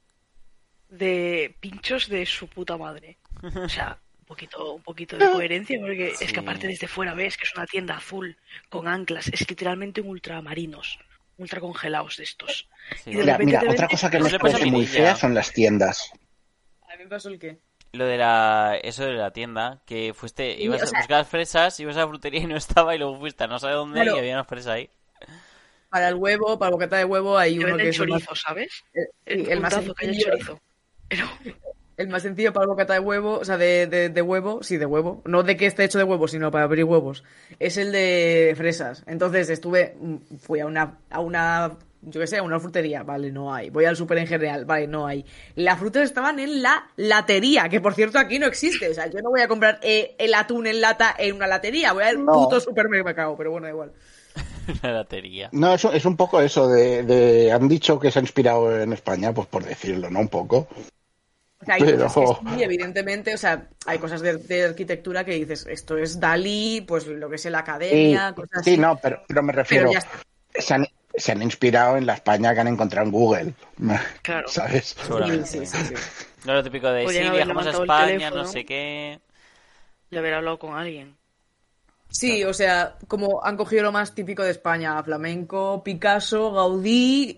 de pinchos de su puta madre. O sea, un poquito de coherencia, porque es que aparte Sí, desde fuera ves que es una tienda azul con anclas, es literalmente un ultramarinos, ultra congelados de estos. sí, Y de bueno. repente Mira, te otra venden cosa que Eso me le pasa a parece muy fea Mirilla. son las tiendas. A mí me pasó el qué. Lo de eso de la tienda, que fuiste, Sí, ibas o a sea, buscar fresas, ibas a la frutería y no estaba y luego fuiste a no sé dónde y claro, había unas fresas ahí. para el huevo, para el bocata de huevo, hay te uno que venden es el más, chorizo, ¿sabes? sí, El el más puntazo que haya sencillo. chorizo. Pero El más sencillo para el bocata de huevo, o sea, de huevo, sí, de huevo, no de que esté hecho de huevo, sino para abrir huevos, es el de fresas. Entonces fui yo qué sé, a una frutería, vale, no hay. Voy al súper en general, vale, no hay. Las frutas estaban en la latería, que por cierto aquí no existe. O sea, yo no voy a comprar el atún en lata en una latería, voy al puto No, supermercado, pero bueno, da igual. La latería. no, eso es un poco eso han dicho que se ha inspirado en España, pues por decirlo, ¿no? Un poco. O sea, hay Pero, cosas que sí, evidentemente, o sea, hay cosas de arquitectura que dices, esto es Dalí, pues lo que es la sí, academia, cosas sí, así, no, pero me pero refiero, ya está. se han inspirado en la España que han encontrado en Google, claro, ¿sabes? Sí, Seguramente. sí, sí, sí. No lo típico de podrían sí, haber viajamos a levantado el España, no teléfono sé qué. y haber hablado con alguien. Sí, Claro. o sea, como han cogido lo más típico de España, flamenco, Picasso, Gaudí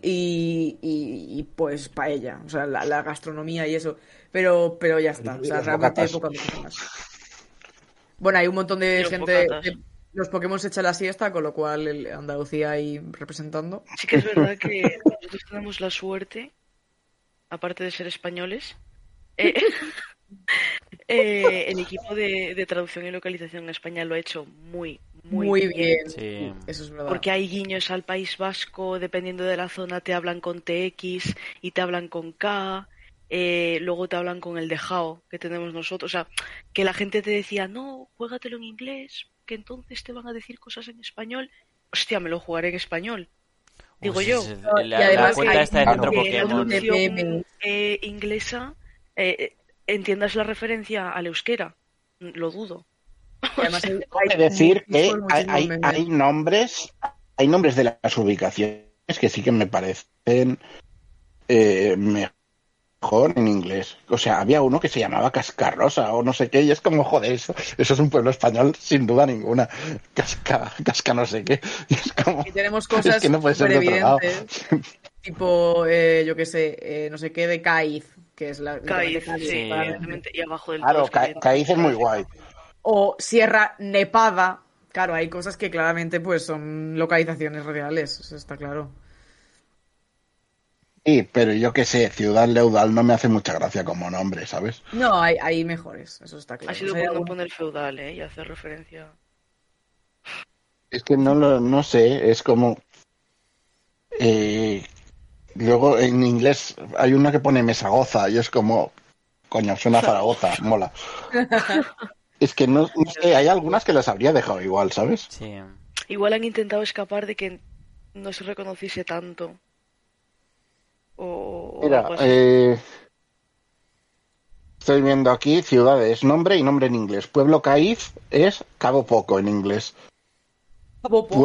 y, pues paella, o sea, la gastronomía y eso. Pero ya está, o Y sea, los realmente bocatas. poca cosa más. Bueno, hay un montón Y de los gente, bocatas. los Pokémon se echan la siesta, con lo cual Andalucía ahí representando. Sí que es verdad que nosotros tenemos la suerte, aparte de ser españoles, eh, el equipo de traducción y localización en España lo ha hecho muy, muy Muy bien. bien, Sí. sí, eso es verdad. Porque hay guiños al País Vasco, dependiendo de la zona te hablan con TX y te hablan con K, luego te hablan con el de Jao que tenemos nosotros. O sea, que la gente te decía, no, juégatelo en inglés, que entonces te van a decir cosas en español. Hostia, me lo jugaré en español. Digo Sí, yo. sí, Y la además cuenta hay esta de un Centro Claro. Que la montón Pokémon. de traducción memes. inglesa entiendas la referencia al euskera. Lo dudo. Y O además sea, Tengo que decir que muchísimos memes. hay nombres de las ubicaciones que sí que me parecen mejor en inglés. O sea, había uno que se llamaba Cascarrosa o no sé qué, y es como, joder, eso es un pueblo español sin duda ninguna. Casca no sé qué. Y es como, Y tenemos es cosas que no puede ser súper de otro lado. evidentes, tipo, yo qué sé, no sé qué de Cáiz, que es literalmente Cádiz, Cádiz, sí, Sí. claramente. evidentemente. Y abajo del todo Claro, es que tiene Cádiz es muy gracia. guay. O Sierra Nepada. Claro, hay cosas que claramente pues son localizaciones reales, eso está claro. Sí, pero yo qué sé, Ciudad Leudal no me hace mucha gracia como nombre, ¿sabes? No, hay mejores, eso está Ha claro. O sido sea, hay por no algunos- poner feudal, y hacer referencia. Es que no sé, es como... luego en inglés hay una que pone Mesagoza y es como... Coño, suena a Zaragoza, mola. Es que no sé, hay algunas que las habría dejado igual, ¿sabes? Sí. Igual han intentado escapar de que no se reconociese tanto. O Mira, algo así. estoy viendo aquí ciudades, nombre y nombre en inglés. Pueblo Caíz es Cabo Poco en inglés. Cabo Poco.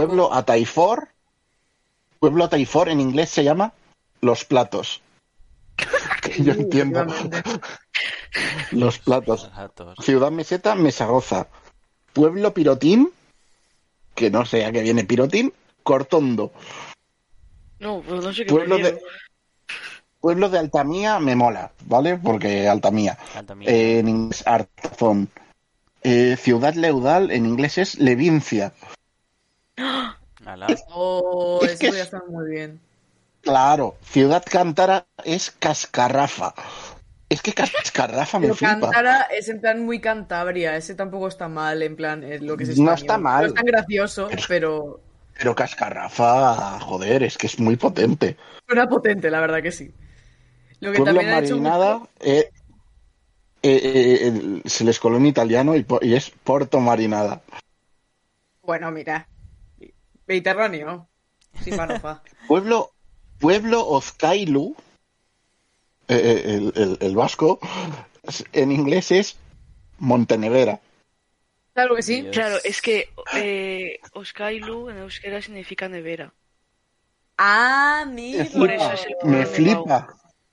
Pueblo Ataifor en inglés se llama Los Platos. Que yo entiendo. Efectivamente. Los Platos. Ratos. Ciudad Meseta, Mesagoza. Pueblo Pirotín, que no sé a qué viene Pirotín, Cortondo. No, pues no sé qué Pueblo prefiero. Pueblo de Altamía me mola, ¿vale? Porque Altamía. Altamira. En inglés, Artazón. Ciudad Leudal en inglés es Levincia. Ala. Oh, Es eso que podría es- estar muy bien. Claro, Ciudad Cántara es Cascarrafa. Es que Cascarrafa me Pero flipa. Cántara es en plan muy Cantabria, ese tampoco está mal, en plan, es lo que es No español. está mal. No es tan gracioso, pero Pero Cascarrafa, joder, es que es muy potente. suena potente, la verdad que sí. Lo que Pueblo también ha hecho Marinada mucho... se les coló en italiano y es Porto Marinada. Bueno, mira, Mediterráneo, sin manofa. Pueblo Ozkailu, el vasco, en inglés es Montenevera. Claro que sí. Dios. Claro, es que Oskailu en euskera significa nevera. Amigo. Por eso es el Me pueblo nevado. flipa.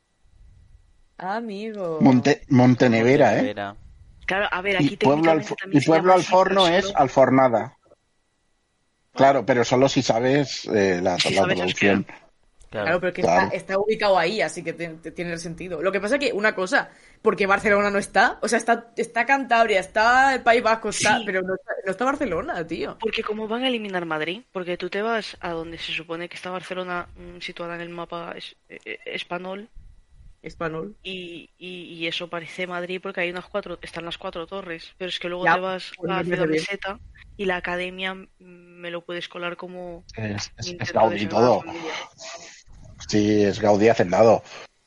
Amigo. Montenevera, ¿eh? Montenevera. Claro, a ver, Y aquí pueblo, técnicamente también se pueblo llama al así, forno pero es solo Alfornada. Claro, pero solo si sabes la si la sabes traducción. Claro, Claro. pero que Claro. está ubicado ahí, así que tiene sentido. Lo que pasa que, una cosa, porque Barcelona no está, o sea, está Cantabria, está el País Vasco, está, Sí. pero no está Barcelona, tío. Porque como van a eliminar Madrid, porque tú te vas a donde se supone que está Barcelona situada en el mapa español Español. y eso parece Madrid porque hay están las 4 torres, pero es que luego Ya, te vas pues a me Ciudad parece bien. Meseta y la academia me lo puedes colar como Es intento de Gaudí Sagrada todo. Familia. Sí, es Gaudí hacendado.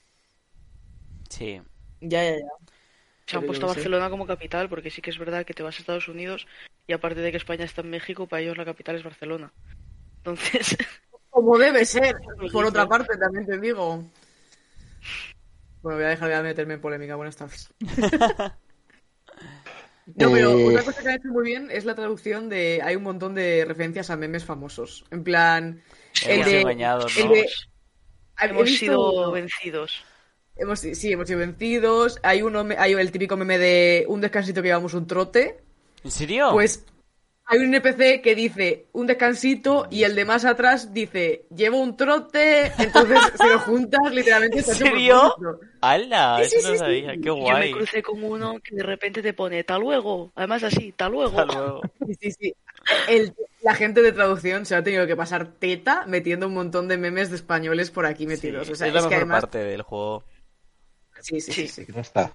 Sí. Ya. Se han Pero yo puesto no a sé. Barcelona como capital porque sí que es verdad que te vas a Estados Unidos y aparte de que España está en México, para ellos la capital es Barcelona. Entonces, Como debe ser, Lo por dice. otra parte, también te digo. Bueno, voy a dejar de meterme en polémica, buenas tardes. No, pero otra cosa que ha hecho muy bien es la traducción de... Hay un montón de referencias a memes famosos. En plan... Hemos engañado, el ¿no? de- he hemos visto sido uno. vencidos. Sí, hemos sido vencidos. Hay el típico meme de un descansito que llevamos un trote. ¿En serio? Pues hay un NPC que dice un descansito y el de más atrás dice llevo un trote. Entonces, si lo juntas, literalmente ¿En está hecho por serio? monstruo. ¡Hala! Sí, sí, Eso no sí, sabía. sí. ¡Qué Yo me guay! crucé con uno que de repente te pone "ta luego", además así, "ta luego". Hasta luego. Sí. La gente de traducción se ha tenido que pasar teta metiendo un montón de memes de españoles por aquí Sí, metidos. O sea, es la es que mejor además... parte del juego. Sí. Ya está.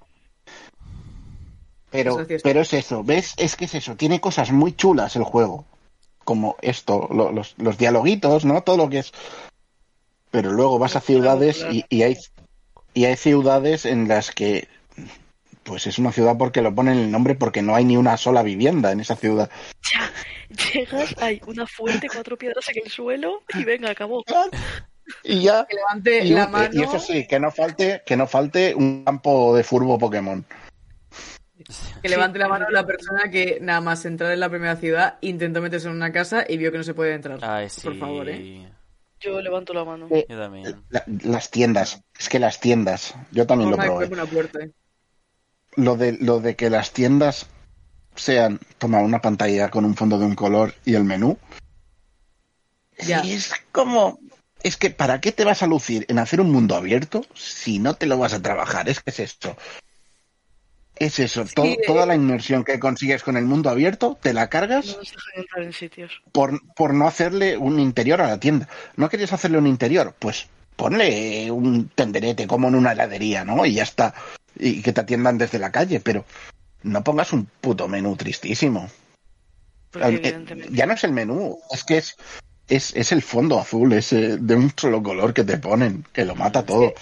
Es gracioso. Pero es eso, ¿ves? Es que es eso, tiene cosas muy chulas el juego. Como esto, los dialoguitos, ¿no? Todo lo que es. Pero luego vas a ciudades y hay ciudades en las que pues es una ciudad porque lo ponen el nombre porque no hay ni una sola vivienda en esa ciudad. Ya, llegas, hay una fuente, 4 piedras en el suelo y venga, acabó. Y ya. Que levante Y, la mano. y eso sí, que no falte un campo de furbo Pokémon. Que levante la mano la persona que nada más entrar en la primera ciudad intentó meterse en una casa y vio que no se puede entrar. Ay, sí. Por favor, ¿eh? Yo levanto la mano. Yo también. Las tiendas, es que las tiendas, yo también lo Forma de probé. una puerta, ¿eh? Lo de que las tiendas sean, toma una pantalla con un fondo de un color y el menú. Ya. Es como, es que ¿para qué te vas a lucir en hacer un mundo abierto si no te lo vas a trabajar? Es que es esto. Es eso, Sí, toda la inmersión que consigues con el mundo abierto, te la No cargas nos dejan entrar en sitios. por no hacerle un interior a la tienda. ¿No querías hacerle un interior? Pues ponle un tenderete como en una heladería, ¿no? Y ya está. Y que te atiendan desde la calle, pero no pongas un puto menú tristísimo. Porque evidentemente. Ya no es el menú, es que es el fondo azul ese de un solo color que te ponen, que lo mata todo.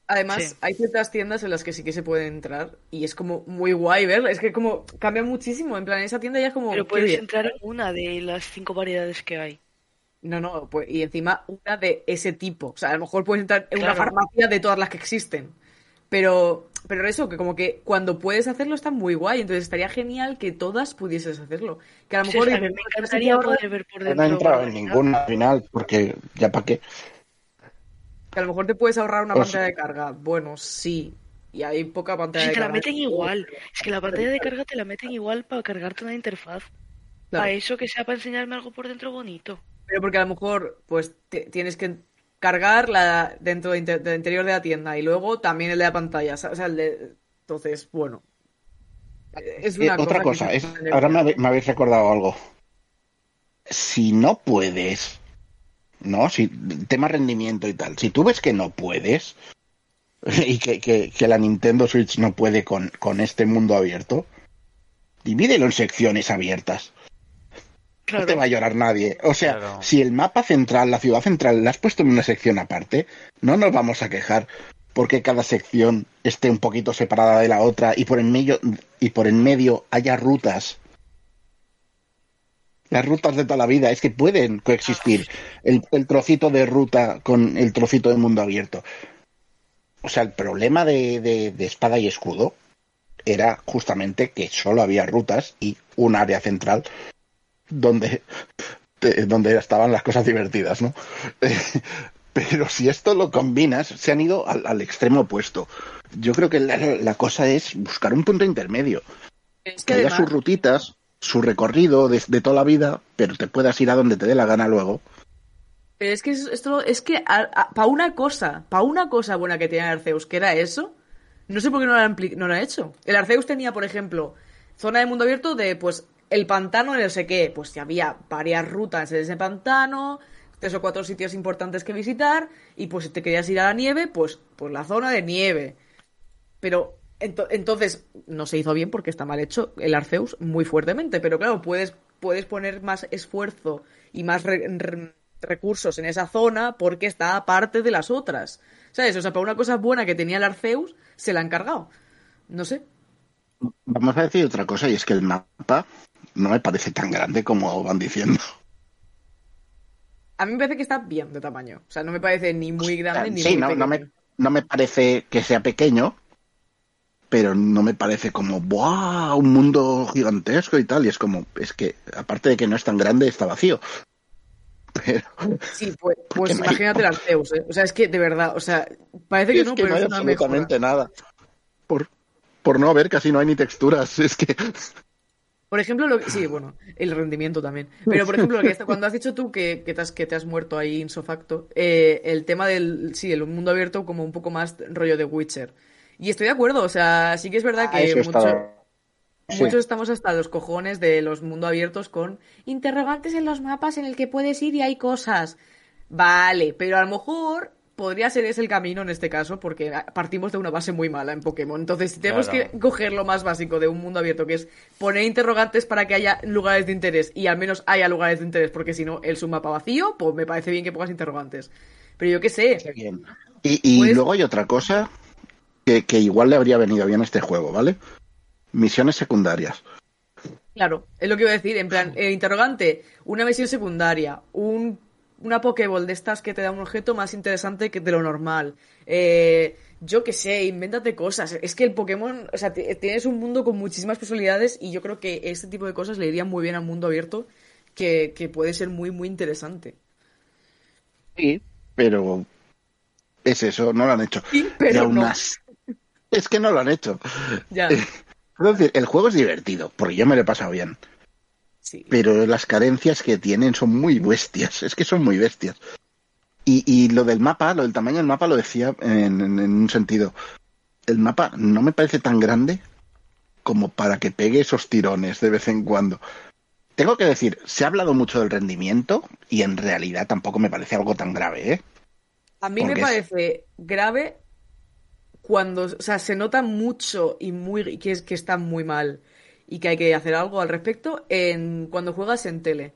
Además, Sí. hay ciertas tiendas en las que sí que se puede entrar y es como muy guay ver, es que como cambia muchísimo, en plan, esa tienda ya es como, Pero qué puedes bien. entrar en una de las 5 variedades que hay. No, pues, y encima una de ese tipo, o sea, a lo mejor puedes entrar en una Claro. farmacia de todas las que existen, pero eso, que como que cuando puedes hacerlo está muy guay, entonces estaría genial que todas pudieses hacerlo, que a lo mejor Pues, a mí dices, me "No, pero si te encantaría ahorras", poder ver por Yo no he dentro entrado en barbaridad. ninguna al final, porque ya para qué. que a lo mejor te puedes ahorrar una O sea, pantalla de carga, bueno, sí, y hay poca Pero pantalla si de te la carga en meten este juego, igual. Es que la pantalla de carga te la meten igual para cargarte una interfaz. Para claro. eso que sea para enseñarme algo por dentro bonito. Pero porque a lo mejor pues tienes que cargar la dentro del interior de la tienda y luego también el de la pantalla. O sea, entonces, bueno, es una otra cosa que se cosa, puede ahora negociar. me habéis recordado algo. Si no puedes, ¿no? Si tema rendimiento y tal, si tú ves que no puedes y que la Nintendo Switch no puede con este mundo abierto, divídelo en secciones abiertas. No te va Claro. a llorar nadie. O sea, Claro. si el mapa central, la ciudad central, la has puesto en una sección aparte, no nos vamos a quejar porque cada sección esté un poquito separada de la otra y por en medio haya rutas. Las rutas de toda la vida, es que pueden coexistir el trocito de ruta con el trocito de mundo abierto. O sea, el problema de Espada y Escudo era justamente que solo había rutas y un área central donde, donde estaban las cosas divertidas, ¿no? Pero si esto lo combinas, se han ido al extremo opuesto. Yo creo que la cosa es buscar un punto intermedio. Es que Que haya además, sus rutitas, su recorrido de toda la vida, pero te puedas ir a donde te dé la gana luego. pero es que esto es que para una cosa buena que tiene Arceus, que era eso, no sé por qué no lo han hecho. El Arceus tenía, por ejemplo, zona de mundo abierto de pues el pantano y no sé qué, pues si había varias rutas en ese pantano, 3 o 4 sitios importantes que visitar, y pues si te querías ir a la nieve, pues la zona de nieve. Pero entonces no se hizo bien porque está mal hecho el Arceus muy fuertemente. Pero claro, puedes poner más esfuerzo y más recursos en esa zona porque está aparte de las otras. ¿Sabes? O sea, para una cosa buena que tenía el Arceus, se la han cargado. No sé. Vamos a decir otra cosa, y es que el mapa no me parece tan grande como van diciendo. A mí me parece que está bien de tamaño. O sea, no me parece ni muy grande ni Sí, muy no pequeño. no me parece que sea pequeño, pero no me parece como, ¡buah! Un mundo gigantesco y tal. Y es como, es que, aparte de que no es tan grande, está vacío. Pero, Sí, pues porque no hay, imagínate el Arceus, ¿eh? O sea, es que de verdad, o sea, parece que es no, que pero no hay es una mejora. absolutamente nada. Por, por no haber, casi no hay ni texturas. Es que, Por ejemplo, sí, bueno, el rendimiento también. Pero, por ejemplo, cuando has dicho tú que te has muerto ahí ipso facto, el tema sí, el mundo abierto como un poco más rollo de Witcher. Y estoy de acuerdo, o sea, sí que es verdad que eso está. Sí. muchos estamos hasta los cojones de los mundo abiertos con interrogantes en los mapas en el que puedes ir y hay cosas. Vale, pero a lo mejor podría ser ese el camino en este caso, porque partimos de una base muy mala en Pokémon. Entonces, si tenemos que Claro. coger lo más básico de un mundo abierto, que es poner interrogantes para que haya lugares de interés y al menos haya lugares de interés, porque si no, es un mapa vacío, pues me parece bien que pongas interrogantes. Pero yo qué sé, Está bien. Y puedes. luego hay otra cosa que igual le habría venido bien a este juego, ¿vale? Misiones secundarias. Claro, es lo que iba a decir, en plan, interrogante, una misión secundaria, una Pokéball de estas que te da un objeto más interesante que de lo normal. Yo qué sé, invéntate cosas. Es que el Pokémon, o sea, tienes un mundo con muchísimas posibilidades y yo creo que este tipo de cosas le irían muy bien al mundo abierto, que puede ser muy, muy interesante. Sí, pero es eso, no lo han hecho. Sí, Y pero aún no. así, es que no lo han hecho. Ya, Es decir, el juego es divertido, porque yo me lo he pasado bien. sí. Pero las carencias que tienen son muy bestias, es que son muy bestias. Y lo del mapa, lo del tamaño del mapa lo decía en un sentido. El mapa no me parece tan grande como para que pegue esos tirones de vez en cuando. Tengo que decir, se ha hablado mucho del rendimiento y en realidad tampoco me parece algo tan grave, ¿eh? A mí me Porque es, parece grave cuando, o sea, se nota mucho y muy que está muy mal y que hay que hacer algo al respecto cuando juegas en tele.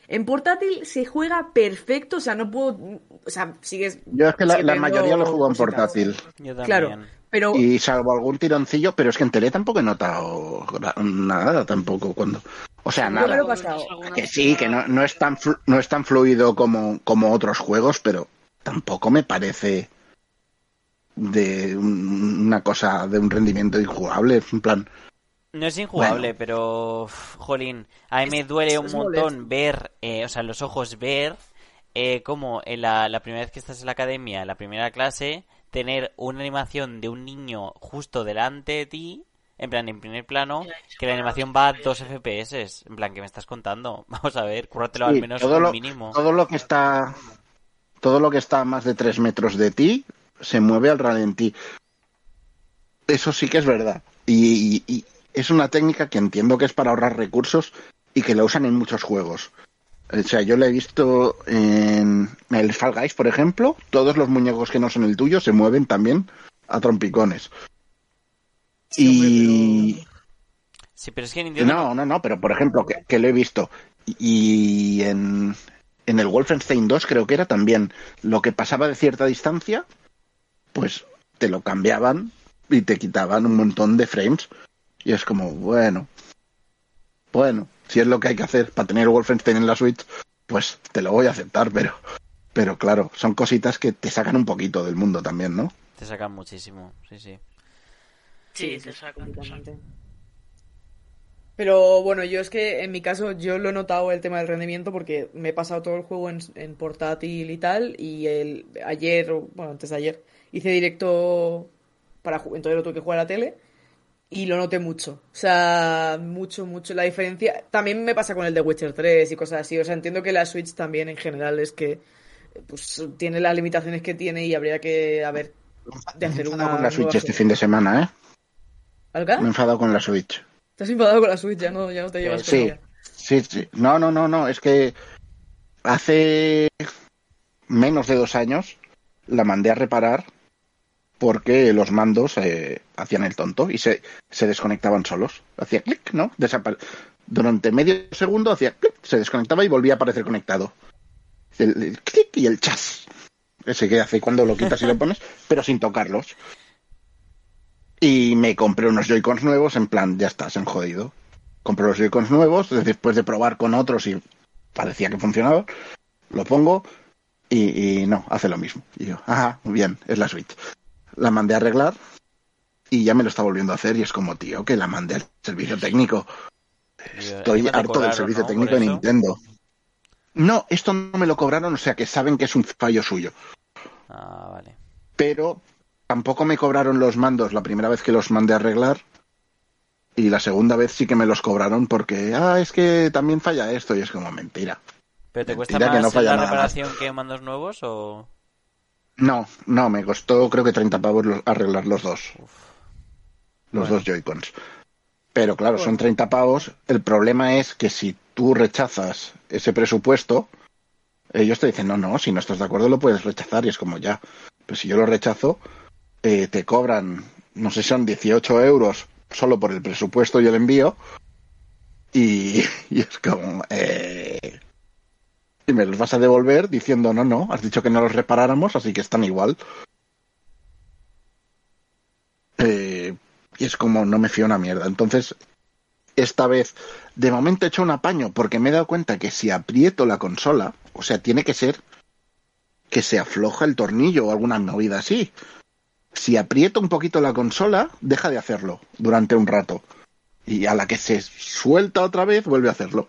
En portátil se juega perfecto, o sea, no puedo... O sea, sigues... Yo es que sigue la teniendo mayoría lo juego en cositas. portátil. Yo también. Claro, pero... Y salvo algún tironcillo, pero es que en tele tampoco he notado nada tampoco cuando... O sea, Yo me lo nada. he pasado. Que sí, que no es tan no es tan fluido como otros juegos, pero tampoco me parece de una cosa, de un rendimiento injugable. En plan, No es injugable, Bueno. pero, jolín, a mí me duele un es montón molesto. ver, o sea, en los ojos ver cómo en la primera vez que estás en la academia, en la primera clase, tener una animación de un niño justo delante de ti, en plan, en primer plano, que la animación va a 2 FPS. En plan, ¿qué me estás contando? Vamos a ver, cúrratelo al sí, menos todo un lo, mínimo. todo lo que está a más de 3 metros de ti se mueve al ralentí. Eso sí que es verdad. Y es una técnica que entiendo que es para ahorrar recursos y que la usan en muchos juegos. O sea, yo la he visto en el Fall Guys, por ejemplo. Todos los muñecos que no son el tuyo se mueven también a trompicones. Sí, hombre, Y... Sí, pero es que Nintendo No, pero por ejemplo, que lo he visto. Y en el Wolfenstein 2 creo que era también lo que pasaba de cierta distancia, pues te lo cambiaban y te quitaban un montón de frames. Y es como, bueno, si es lo que hay que hacer para tener Wolfenstein en la Switch, pues te lo voy a aceptar, pero claro, son cositas que te sacan un poquito del mundo también, ¿no? te sacan muchísimo, sí, sí. Sí, te sacan. completamente. Pero bueno, yo es que en mi caso yo lo he notado el tema del rendimiento porque me he pasado todo el juego en portátil y tal y ayer, bueno, antes de ayer, hice directo entonces lo tuve que jugar a la tele y lo noté mucho. O sea, mucho la diferencia. También me pasa con el de Witcher 3 y cosas así. O sea, entiendo que la Switch también en general es que pues tiene las limitaciones que tiene y habría que haber de Me he hacer enfadado con una la Switch nueva este fin de generación. semana, ¿eh? Me he ¿Alga? enfadado con la Switch. ¿Estás enfadado con la Switch? Ya no te ¿Qué ha llevas con hecho? Sí, ella. sí. No. Es que hace menos de 2 años la mandé a reparar porque los mandos hacían el tonto y se desconectaban solos. Hacía clic, ¿no? Durante medio segundo hacía clic, se desconectaba y volvía a aparecer conectado. El clic y el chas. Ese que hace cuando lo quitas y lo pones, pero sin tocarlos. Y me compré unos Joy-Cons nuevos, en plan, ya está, se han jodido. Compré los Joy-Cons nuevos, después de probar con otros y parecía que funcionaba. Lo pongo y no, hace lo mismo. Y yo, ajá, muy bien, es la Switch. La mandé a arreglar y ya me lo está volviendo a hacer y es como, tío, que la mandé al servicio técnico. Tío, Estoy encima te harto del cobraron, servicio ¿no? Por técnico de eso. Nintendo. No, esto no me lo cobraron, o sea que saben que es un fallo suyo. Ah, vale. Pero tampoco me cobraron los mandos la primera vez que los mandé a arreglar y la segunda vez sí que me los cobraron porque, es que también falla esto y es como mentira. ¿Pero te cuesta Mentira que no más falla la nada más. reparación que mandos nuevos o...? No, me costó creo que 30 pavos arreglar los dos. Los Bueno. dos Joy-Cons. Pero claro, son Bueno. 30 pavos. El problema es que si tú rechazas ese presupuesto, ellos te dicen, no, si no estás de acuerdo lo puedes rechazar y es como ya. Pero si yo lo rechazo, te cobran, no sé si son 18 euros solo por el presupuesto y el envío. Y es como... y me los vas a devolver diciendo, no, has dicho que no los reparáramos, así que están igual. Y es como, no me fío una mierda. Entonces, esta vez, de momento he hecho un apaño, porque me he dado cuenta que si aprieto la consola, o sea, tiene que ser que se afloja el tornillo o alguna movida así. Si aprieto un poquito la consola, deja de hacerlo durante un rato. Y a la que se suelta otra vez, vuelve a hacerlo.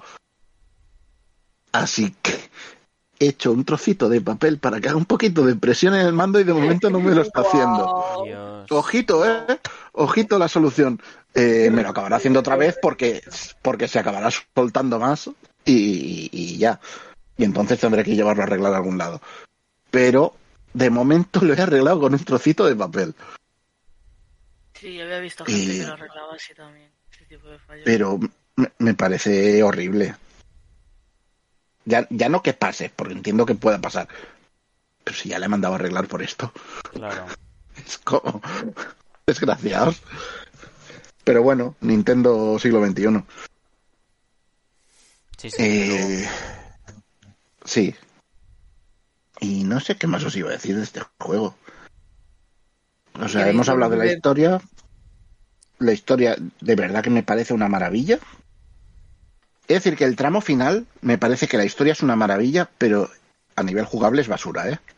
Así que he hecho un trocito de papel para que haga un poquito de presión en el mando y de momento no me lo está haciendo. Guau. Dios. Ojito la solución. Me lo acabará haciendo otra vez porque se acabará soltando más y ya. Y entonces tendré que llevarlo a arreglar a algún lado. Pero de momento lo he arreglado con un trocito de papel. Sí, yo había visto gente que lo arreglaba así también, ese tipo de fallos. Pero me parece horrible. Ya no que pase, porque entiendo que pueda pasar. Pero si ya le he mandado a arreglar por esto. Claro. Es como... Desgraciados. Pero bueno, Nintendo siglo XXI. Sí, desde luego. Sí. Y no sé qué más os iba a decir de este juego. O sea, hemos hablado de la historia. La historia de verdad que me parece una maravilla. Es decir, que el tramo final me parece que la historia es una maravilla, pero a nivel jugable es basura, ¿eh?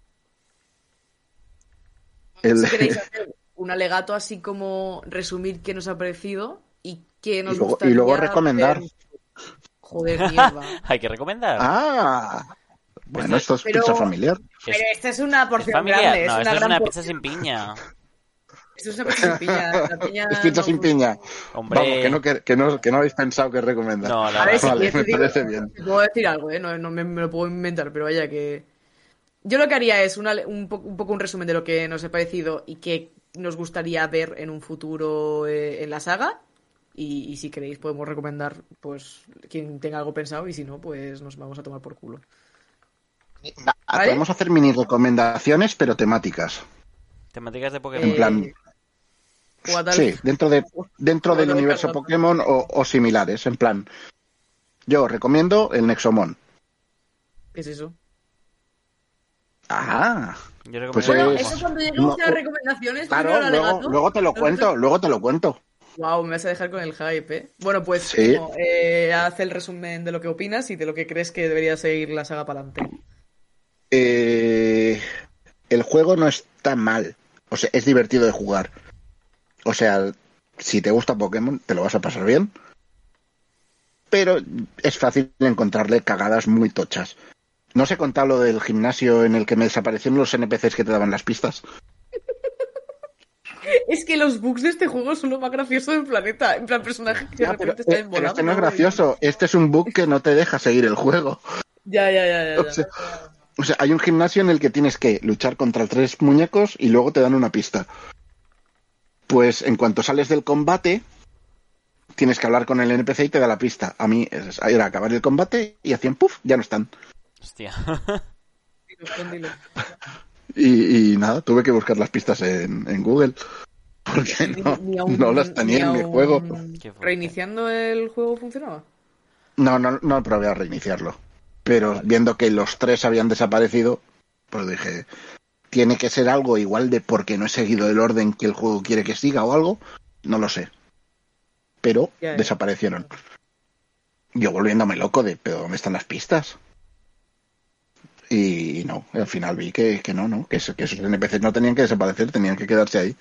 Si queréis hacer un alegato así como resumir qué nos ha parecido y qué nos gustaría y luego recomendar. ver. Joder, mierda. Hay que recomendar. Bueno, esto es pizza familiar. Pero esta es una porción familiar. grande. No, es esto es una porción. pizza sin piña. Esto es una pizza sin piña. La piña Es pizza sin piña. Hombre. Vamos, que no habéis pensado que recomendar. No, A ver, si vale, quieres, me parece bien. te puedo decir algo, ¿eh? No me lo puedo inventar, pero vaya que... Yo lo que haría es un poco un resumen de lo que nos ha parecido y que nos gustaría ver en un futuro en la saga. Y si queréis podemos recomendar pues quien tenga algo pensado y si no, pues nos vamos a tomar por culo. ¿Vale? Podemos hacer mini recomendaciones, pero temáticas. Temáticas de Pokémon. En plan... Sí, dentro del universo Pokémon o similares. En plan, yo recomiendo el Nexomon. ¿Qué es eso? Yo recomiendo Pues bueno, eso cuando lleguemos a las recomendaciones... Claro, luego te lo cuento. Wow, me vas a dejar con el hype, ¿eh? Bueno, pues sí. Haz el resumen de lo que opinas y de lo que crees que debería seguir la saga para adelante. El juego no está mal. O sea, es divertido de jugar. O sea, si te gusta Pokémon, te lo vas a pasar bien. Pero es fácil encontrarle cagadas muy tochas. ¿No os he contado lo del gimnasio en el que me desaparecieron los NPCs que te daban las pistas? Es que los bugs de este juego son lo más gracioso del planeta. En plan, personajes que de repente están pero este no es gracioso. Este es un bug que no te deja seguir el juego. Ya. O sea, hay un gimnasio en el que tienes que luchar contra 3 muñecos y luego te dan una pista. Pues en cuanto sales del combate, tienes que hablar con el NPC y te da la pista. A mí era acabar el combate y hacían puff, ya no están. Hostia. Dilo. Y nada, tuve que buscar las pistas en Google. Porque no las tenía en mi juego. ¿Reiniciando el juego funcionaba? No probé a reiniciarlo. Pero viendo que los 3 habían desaparecido, pues dije, tiene que ser algo igual de porque no he seguido el orden que el juego quiere que siga o algo. No lo sé. Pero desaparecieron. Yo volviéndome loco pero ¿dónde están las pistas? Y no, al final vi que esos NPCs no tenían que desaparecer, tenían que quedarse ahí.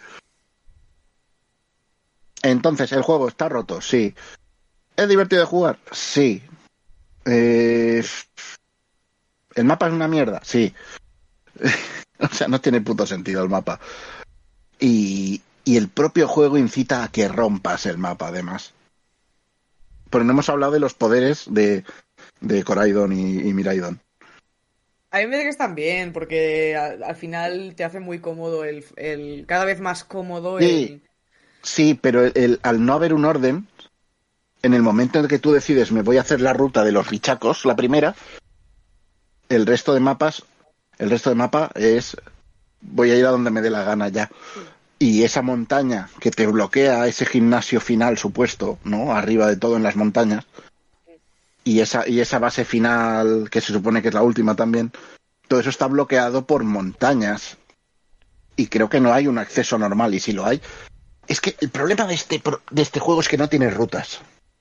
Entonces, ¿el juego está roto? Sí. ¿Es divertido de jugar? Sí. ¿El mapa es una mierda? Sí. O sea, no tiene puto sentido el mapa. Y el propio juego incita a que rompas el mapa, además. Pero no hemos hablado de los poderes de Coraidon y Miraidon. A mí me parece que están bien, porque al final te hace muy cómodo el cada vez más cómodo el... Sí, pero al no haber un orden, en el momento en que tú decides me voy a hacer la ruta de los bichacos, la primera, el resto de mapa es voy a ir a donde me dé la gana ya. Y esa montaña que te bloquea ese gimnasio final supuesto, ¿no? Arriba de todo en las montañas. Y esa base final, que se supone que es la última también, todo eso está bloqueado por montañas. Y creo que no hay un acceso normal, y si lo hay... Es que el problema de este juego es que no tiene rutas.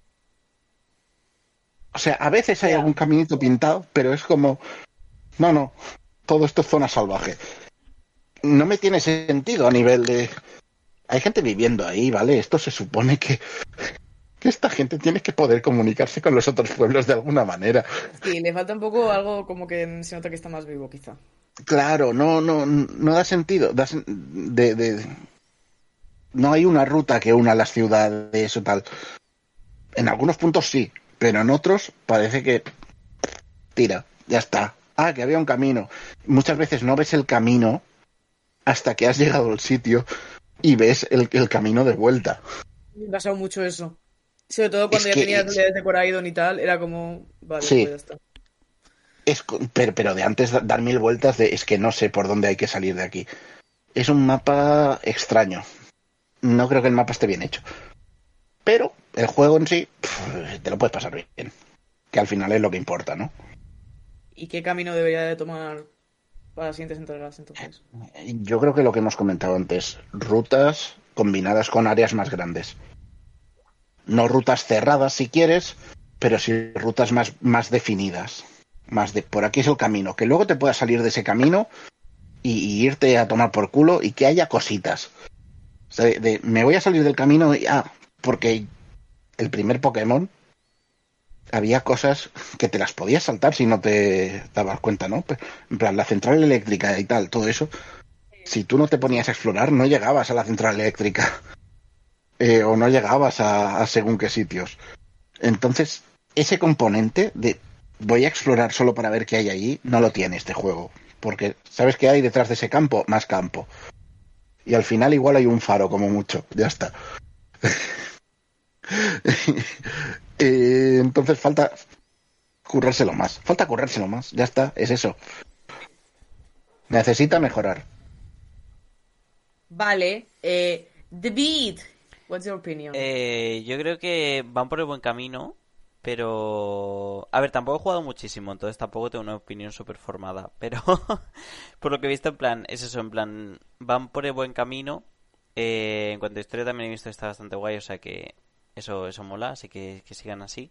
O sea, a veces hay algún caminito pintado, pero es como... No, todo esto es zona salvaje. No me tiene sentido a nivel de... Hay gente viviendo ahí, ¿vale? Esto se supone que esta gente tiene que poder comunicarse con los otros pueblos de alguna manera. Sí, le falta un poco algo como que se nota que está más vivo, quizá. Claro, no da sentido. No hay una ruta que una las ciudades o tal. En algunos puntos sí, pero en otros parece que tira, ya está. Que había un camino. Muchas veces no ves el camino hasta que has llegado al sitio y ves el camino de vuelta. Me ha pasado mucho eso. Sobre todo cuando ya tenía habilidades de Coraidon y tal, era como... Vale, sí. Pues ya está. Pero de antes dar 1000 vueltas es que no sé por dónde hay que salir de aquí. Es un mapa extraño. No creo que el mapa esté bien hecho. Pero el juego en sí, te lo puedes pasar bien. Que al final es lo que importa, ¿no? ¿Y qué camino debería de tomar para las siguientes entregas, entonces? Yo creo que lo que hemos comentado antes, rutas combinadas con áreas más grandes. No rutas cerradas si quieres, pero sí rutas más definidas. Más de por aquí es el camino. Que luego te puedas salir de ese camino y irte a tomar por culo y que haya cositas. O sea, me voy a salir del camino y porque el primer Pokémon había cosas que te las podías saltar si no te dabas cuenta, ¿no? En plan, la central eléctrica y tal, todo eso. Si tú no te ponías a explorar, no llegabas a la central eléctrica. O no llegabas a según qué sitios. Entonces, ese componente de voy a explorar solo para ver qué hay ahí, no lo tiene este juego. Porque, ¿sabes qué hay detrás de ese campo? Más campo. Y al final igual hay un faro, como mucho. Ya está. Entonces falta currárselo más. Falta currárselo más. Ya está, es eso. Necesita mejorar. Vale. The Beat. What's your opinion? Yo creo que van por el buen camino, pero... A ver, tampoco he jugado muchísimo, entonces tampoco tengo una opinión súper formada, pero por lo que he visto, en plan, es eso, en plan, van por el buen camino. En cuanto a historia también he visto que está bastante guay, o sea que eso mola, así que sigan así.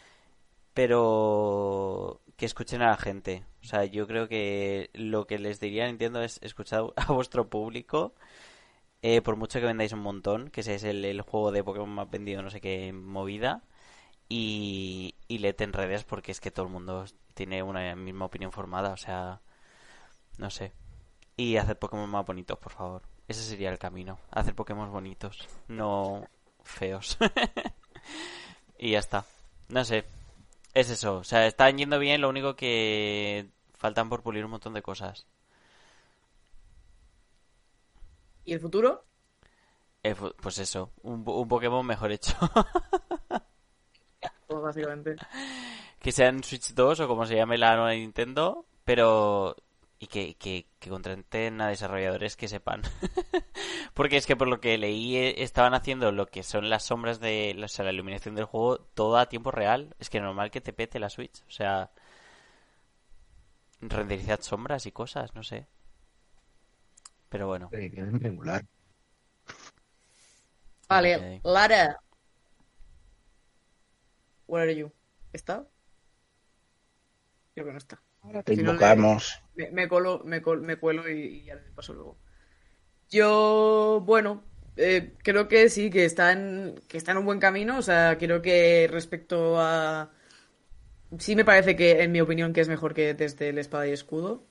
Pero que escuchen a la gente. O sea, yo creo que lo que les diría a Nintendo es escuchar a vuestro público. Por mucho que vendáis un montón, que ese es el juego de Pokémon más vendido, no sé qué movida. Y le en redes porque es que todo el mundo tiene una misma opinión formada. O sea, no sé. Y hacer Pokémon más bonitos, por favor. Ese sería el camino. Hacer Pokémon bonitos, no feos. Y ya está. No sé. Es eso. O sea, están yendo bien, lo único que faltan por pulir un montón de cosas. ¿Y el futuro? Pues eso, un Pokémon mejor hecho. Pues básicamente. Que sea en Switch 2 o como se llame la nueva Nintendo, pero... Y que contraten a desarrolladores que sepan. Porque es que por lo que leí estaban haciendo lo que son las sombras de... O sea, la iluminación del juego todo a tiempo real. Es que normal que te pete la Switch. O sea... Renderizar sombras y cosas, no sé. Pero bueno. Queden regular. Vale, Lara. Where are you? ¿Está? Creo que no está. Ahora te Si no, invocamos. me cuelo y ya le paso luego. Yo, bueno, creo que sí, que está en un buen camino. O sea, creo que respecto a... Sí me parece que, en mi opinión, que es mejor que desde el Espada y Escudo.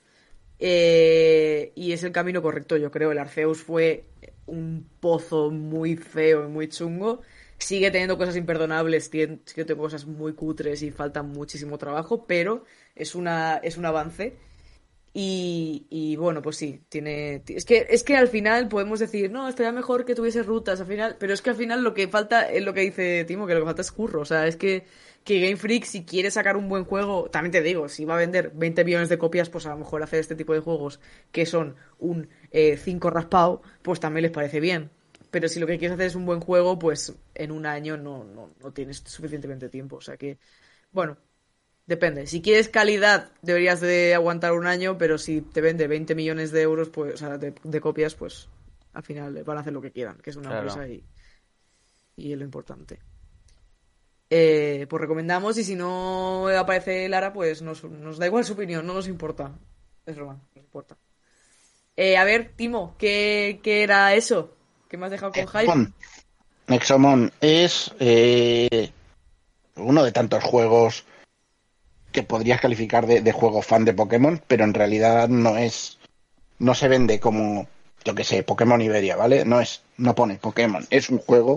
Y es el camino correcto, yo creo. El Arceus fue un pozo muy feo y muy chungo. Sigue teniendo cosas imperdonables, sigue teniendo cosas muy cutres y falta muchísimo trabajo, pero es un avance. Y bueno, pues sí, es que al final podemos decir, no, estaría mejor que tuviese rutas al final, pero es que al final lo que falta es lo que dice Timo, que lo que falta es curro, o sea, es que Game Freak, si quiere sacar un buen juego, también te digo, si va a vender 20 millones de copias, pues a lo mejor hacer este tipo de juegos que son un 5 raspado, pues también les parece bien. Pero si lo que quieres hacer es un buen juego, pues en un año no tienes suficientemente tiempo, o sea que, bueno. Depende. Si quieres calidad, deberías de aguantar un año, pero si te vende 20 millones de euros, pues, o sea, de copias, pues al final van a hacer lo que quieran, que es una Claro. empresa y es lo importante. Pues recomendamos y si no aparece Lara, pues nos da igual su opinión, no nos importa. Es broma, no nos importa. A ver, Timo, ¿qué era eso? ¿Qué me has dejado con hype? Nexomon es uno de tantos juegos que podrías calificar de juego fan de Pokémon, pero en realidad no se vende como, yo que sé, Pokémon Iberia, ¿vale? No pone Pokémon, es un juego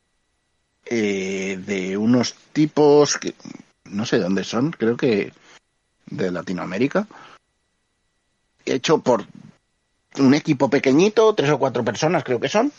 de unos tipos que no sé dónde son, creo que de Latinoamérica, hecho por un equipo pequeñito, 3 o 4 personas creo que son,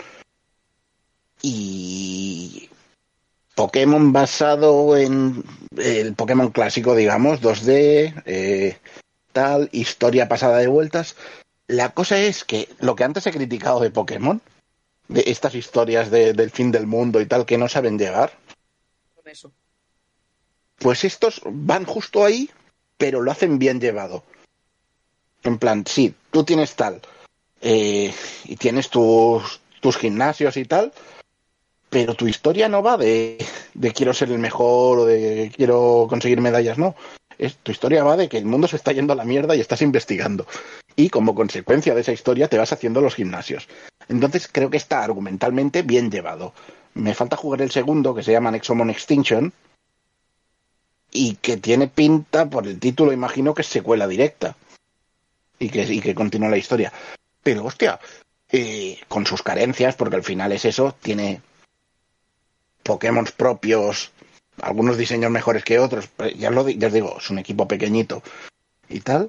y Pokémon basado en el Pokémon clásico, digamos, 2D, tal, historia pasada de vueltas. La cosa es que lo que antes he criticado de Pokémon, de estas historias del fin del mundo y tal, que no saben llegar, Con eso. pues estos van justo ahí pero lo hacen bien llevado. En plan, sí, tú tienes tal, y tienes tus gimnasios y tal, pero tu historia no va de quiero ser el mejor o de quiero conseguir medallas, no. Tu historia va de que el mundo se está yendo a la mierda y estás investigando. Y como consecuencia de esa historia te vas haciendo los gimnasios. Entonces creo que está argumentalmente bien llevado. Me falta jugar el segundo, que se llama Nexomon Extinction, y que tiene pinta, por el título imagino que es secuela directa. Y que continúa la historia. Pero hostia, con sus carencias, porque al final es eso, tiene Pokémon propios, algunos diseños mejores que otros, pero ya os digo, es un equipo pequeñito y tal.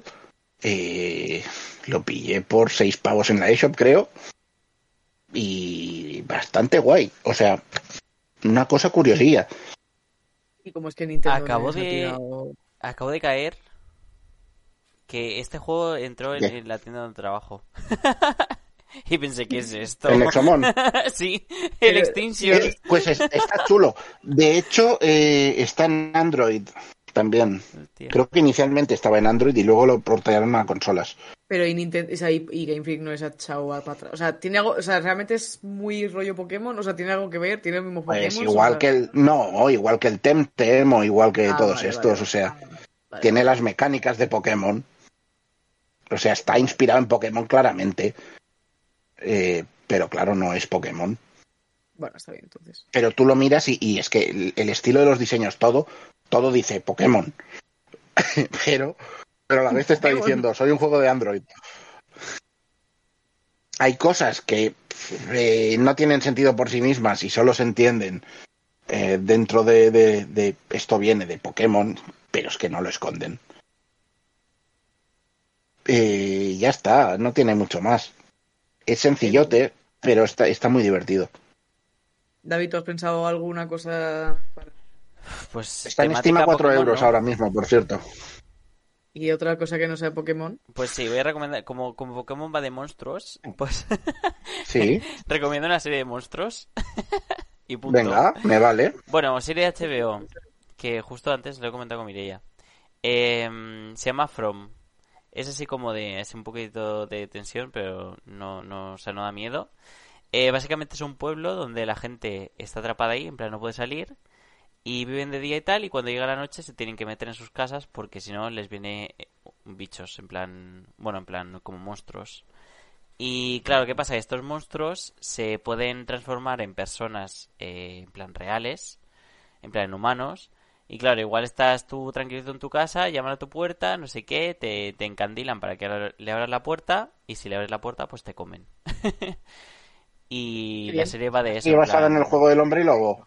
Lo pillé por 6 pavos en la eShop, creo, y bastante guay. O sea, una cosa curiosilla. Y como es que Nintendo Acabo de caer que este juego entró en la tienda donde trabajo. Y pensé, ¿qué es esto? ¿El Nexomon? Sí, el Extinction. Pues está chulo. De hecho, está en Android también. Hostia. Creo que inicialmente estaba en Android y luego lo portaron a consolas. Pero y Nintendo, y Game Freak no es echado para atrás. O sea, tiene algo, o sea, realmente es muy rollo Pokémon, o sea, tiene algo que ver, tiene el mismo Pokémon. Pues igual que igual que el Temtem o igual que todos estos, vale. o sea, tiene las mecánicas de Pokémon. O sea, está inspirado en Pokémon claramente. Pero claro, no es Pokémon. Bueno, está bien, entonces. Pero tú lo miras y es que el estilo de los diseños, todo dice Pokémon. pero a la vez te está diciendo, soy un juego de Android. Hay cosas que no tienen sentido por sí mismas y solo se entienden dentro de esto viene de Pokémon, pero es que no lo esconden. Ya está, no tiene mucho más. Es sencillote, pero está muy divertido. David, ¿tú has pensado alguna cosa para... Pues Está en Steam a 4 Pokémon, euros ¿no? ahora mismo, por cierto. ¿Y otra cosa que no sea Pokémon? Pues sí, voy a recomendar, como Pokémon va de monstruos, pues Sí, recomiendo una serie de monstruos. Y punto. venga, me vale. Bueno, serie de HBO, que justo antes lo he comentado con Mireia. Se llama From. Es así como es un poquito de tensión, pero o sea, no da miedo. Básicamente es un pueblo donde la gente está atrapada ahí, en plan no puede salir, y viven de día y tal, y cuando llega la noche se tienen que meter en sus casas porque si no les viene bichos, en plan como monstruos. Y claro, ¿qué pasa? Estos monstruos se pueden transformar en personas, en plan reales, en plan en humanos. Y claro, igual estás tú tranquilito en tu casa, llaman a tu puerta, no sé qué, te encandilan para que le abras la puerta, y si le abres la puerta, pues te comen. Y la serie va de eso. ¿Y basada en el juego del hombre y lobo?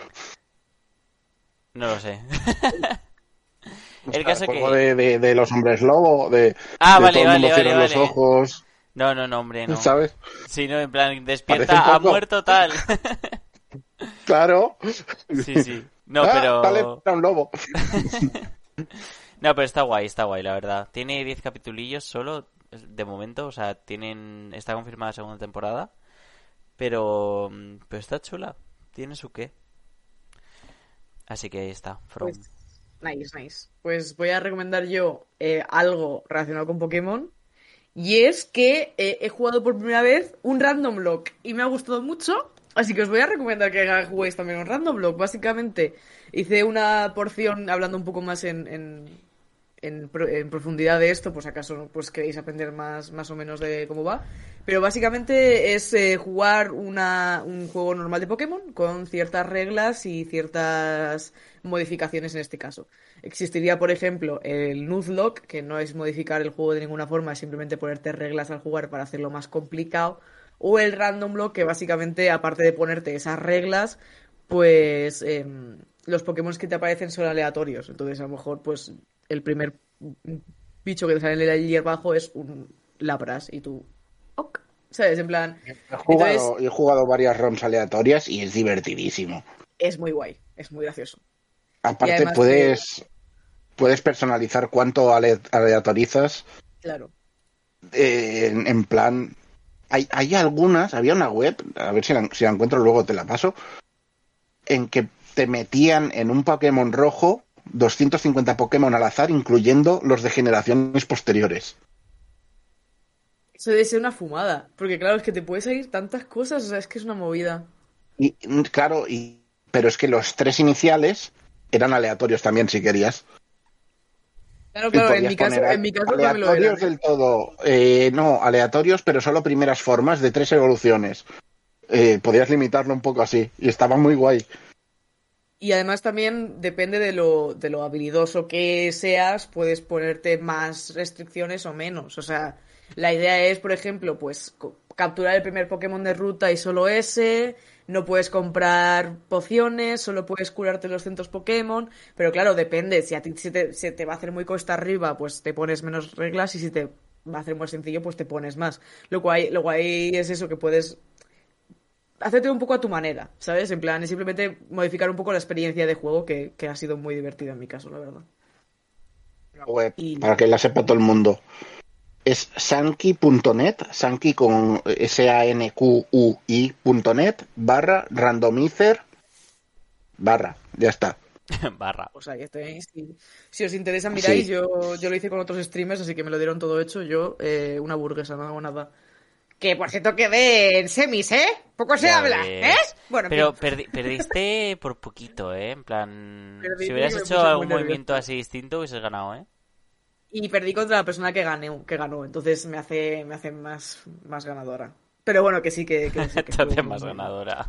No lo sé. El El caso juego que... de los hombres lobo, de Vale, todo el mundo vale, cierra los ojos, No, hombre, no. ¿sabes? Sí, no, en plan, Parece despierta, un ha poco. muerto tal. Claro. Sí. No, pero... Dale, era un lobo. No, pero está guay, la verdad. Tiene 10 capitulillos solo, de momento, o sea, está confirmada la segunda temporada. Pero está chula, tiene su qué. Así que ahí está, From. Pues, nice. Pues voy a recomendar yo algo relacionado con Pokémon. Y es que he jugado por primera vez un Random Block y me ha gustado mucho. Así que os voy a recomendar que juguéis también un Random Block. Básicamente hice una porción hablando un poco más en profundidad de esto, pues acaso pues queréis aprender más o menos de cómo va. Pero básicamente es jugar un juego normal de Pokémon con ciertas reglas y ciertas modificaciones en este caso. Existiría, por ejemplo, el Nuzlocke, que no es modificar el juego de ninguna forma, es simplemente ponerte reglas al jugar para hacerlo más complicado. O el Random Block, que básicamente, aparte de ponerte esas reglas, pues los Pokémon que te aparecen son aleatorios. Entonces, a lo mejor, pues el primer bicho que te sale en el hierbajo es un Lapras y tú... Ok. ¿Sabes? En plan... He jugado varias ROMs aleatorias y es divertidísimo. Es muy guay, es muy gracioso. Aparte puedes personalizar cuánto aleatorizas. Claro. En plan... Hay algunas, había una web, a ver si la encuentro luego te la paso, en que te metían en un Pokémon rojo 250 Pokémon al azar, incluyendo los de generaciones posteriores. Eso debe ser una fumada. Porque claro, es que te puedes salir tantas cosas, o sea, es que es una movida. Y claro, pero es que los 3 iniciales eran aleatorios también, si querías. Claro, Y claro, podías poner en mi caso también lo aleatorios era. del todo. No, aleatorios, pero solo primeras formas de 3 evoluciones. Podías limitarlo un poco así. Y estaba muy guay. Y además también depende de lo habilidoso que seas, puedes ponerte más restricciones o menos. O sea, la idea es, por ejemplo, pues capturar el primer Pokémon de ruta y solo ese. No puedes comprar pociones, solo puedes curarte los centros Pokémon. Pero claro, depende. Si a ti se te va a hacer muy cuesta arriba, pues te pones menos reglas. Y si te va a hacer muy sencillo, pues te pones más. Lo guay es eso, que puedes hacerte un poco a tu manera, ¿sabes? En plan, es simplemente modificar un poco la experiencia de juego, que ha sido muy divertida en mi caso, la verdad. La web, Y para que la sepa todo el mundo. Es Sankey.net, Sankey con SANQUI.net /randomizer ya está. Barra. o sea, que tenéis, si os interesa, miráis, Sí. yo lo hice con otros streamers, así que me lo dieron todo hecho, yo una burguesa, no hago nada. Que por cierto quedé en semis, ¿eh? Poco se Ya habla, ves. ¿eh? Bueno, en Pero fin. perdiste por poquito, ¿eh? En plan, Perdí si hubieras porque me hecho puse muy algún movimiento nerviosa. así distinto, hubieses ganado, ¿eh? Y perdí contra la persona que ganó, entonces me hace más ganadora. Pero bueno, que sí, que sí, que Te estuvo hace muy, más muy mal. ganadora.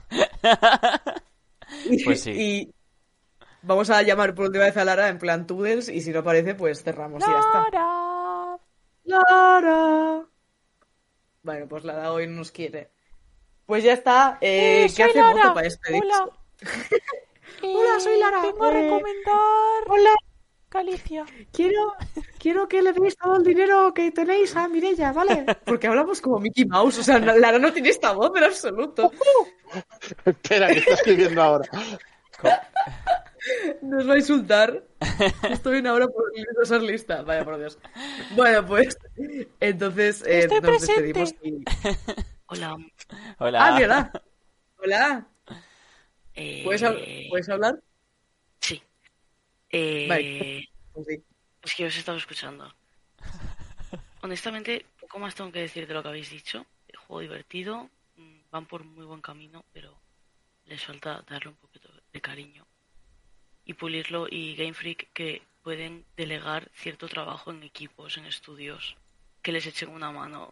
Y, Pues sí. y vamos a llamar por última vez a Lara en plan Toodles y si no aparece, pues cerramos y ya está. Lara. ¡Lara! Bueno, pues Lara hoy no nos quiere. Pues ya está. ¿Qué Soy hace Moto Lara. para despedirse? Hola. Hola, soy Lara. Vengo a recomendar Hola, Galicia. quiero que le deis todo el dinero que tenéis a Mireia, ¿vale? Porque hablamos como Mickey Mouse, o sea, Lara no tiene esta voz en absoluto. Espera, que está escribiendo ahora. Nos va a insultar. Estoy una hora por ser lista. Vaya por Dios. Bueno, pues entonces Estoy nos presente. despedimos y... Hola. Hola. Ah, mira. Hola. Eh, ¿Puedes hablar? Sí. Vale. Pues sí. Es que os he estado escuchando. Honestamente, poco más tengo que decir de lo que habéis dicho. El juego divertido, van por muy buen camino, pero les falta darle un poquito de cariño y pulirlo. Y Game Freak, que pueden delegar cierto trabajo en equipos, en estudios, que les echen una mano.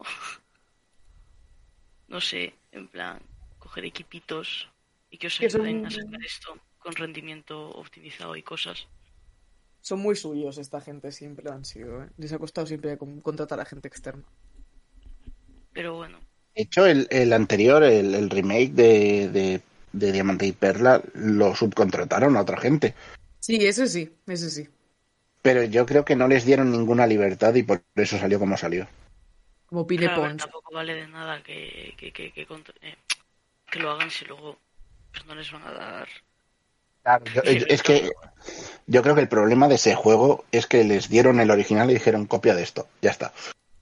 No sé, en plan, coger equipitos y que os Que ayuden a sacar esto con rendimiento optimizado y cosas. son muy suyos esta gente, siempre han sido, ¿eh? Les ha costado siempre contratar a gente externa. Pero bueno, De hecho, el anterior, el remake de Diamante y Perla, lo subcontrataron a otra gente. Sí, ese sí, ese sí. Pero yo creo que no les dieron ninguna libertad y por eso salió como salió. Como Pine claro, Pons. tampoco vale de nada que lo hagan si luego pues no les van a dar. Claro, es que yo creo que el problema de ese juego es que les dieron el original y dijeron copia de esto, ya está.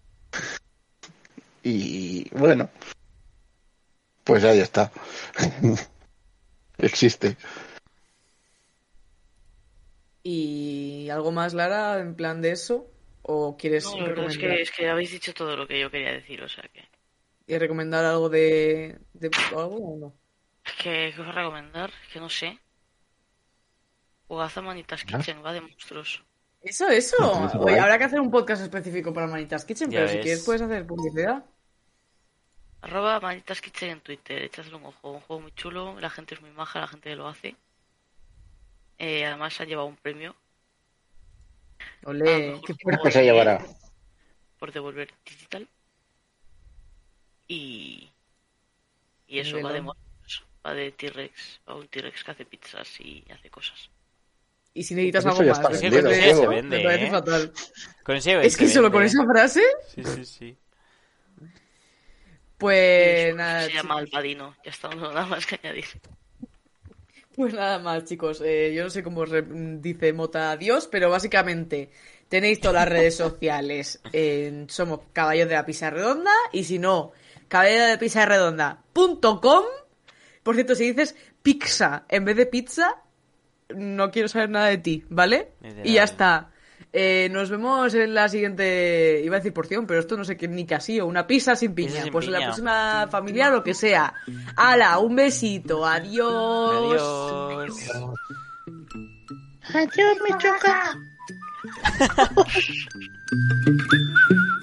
Y bueno, pues ahí está. Existe. ¿Y algo más, Lara, en plan de eso? ¿O quieres No, la verdad es que habéis dicho todo lo que yo quería decir, o sea que... recomendar algo de algo o no? Es que, ¿qué os voy a recomendar? Es que no sé. Jugad a Manitas Kitchen, va de monstruos. Eso. Me parece Oye, guay. habrá que hacer un podcast específico para Manitas Kitchen, Ya pero si ves. quieres puedes hacer publicidad. @ Manitas Kitchen en Twitter, echadle un ojo. Un juego muy chulo, la gente es muy maja, la gente lo hace. Además se han llevado un premio Olé, mejor qué juego fuerte. Pues se llevará. por Devolver Digital. Y eso Melón. va de monstruos, va de T-Rex, va un T-Rex que hace pizzas y hace cosas. Y si necesitas Pues algo eso ya más, está después vendido, de el eso, juego. Se vende, me parece ¿eh? fatal. Con ese Es que se solo con vende. esa frase, Sí. pues Y nada, se llama Alpadino, ya está, no nada más que añadir. pues nada más, chicos. Yo no sé cómo dice Mota adiós, pero básicamente tenéis todas las redes sociales. Somos Caballos de la Pizza Redonda. Y si no, caballodepizzarredonda.com. Por cierto, si dices pizza en vez de pizza, no quiero saber nada de ti, ¿vale? Literal. Y ya está. Nos vemos en la siguiente, iba a decir porción, pero esto no sé qué, ni casi, o una pizza sin piña. Pizza sin Pues en la piña. próxima familiar, lo que sea. ¡Hala! Un besito. Adiós. Adiós. Adiós, mi choca.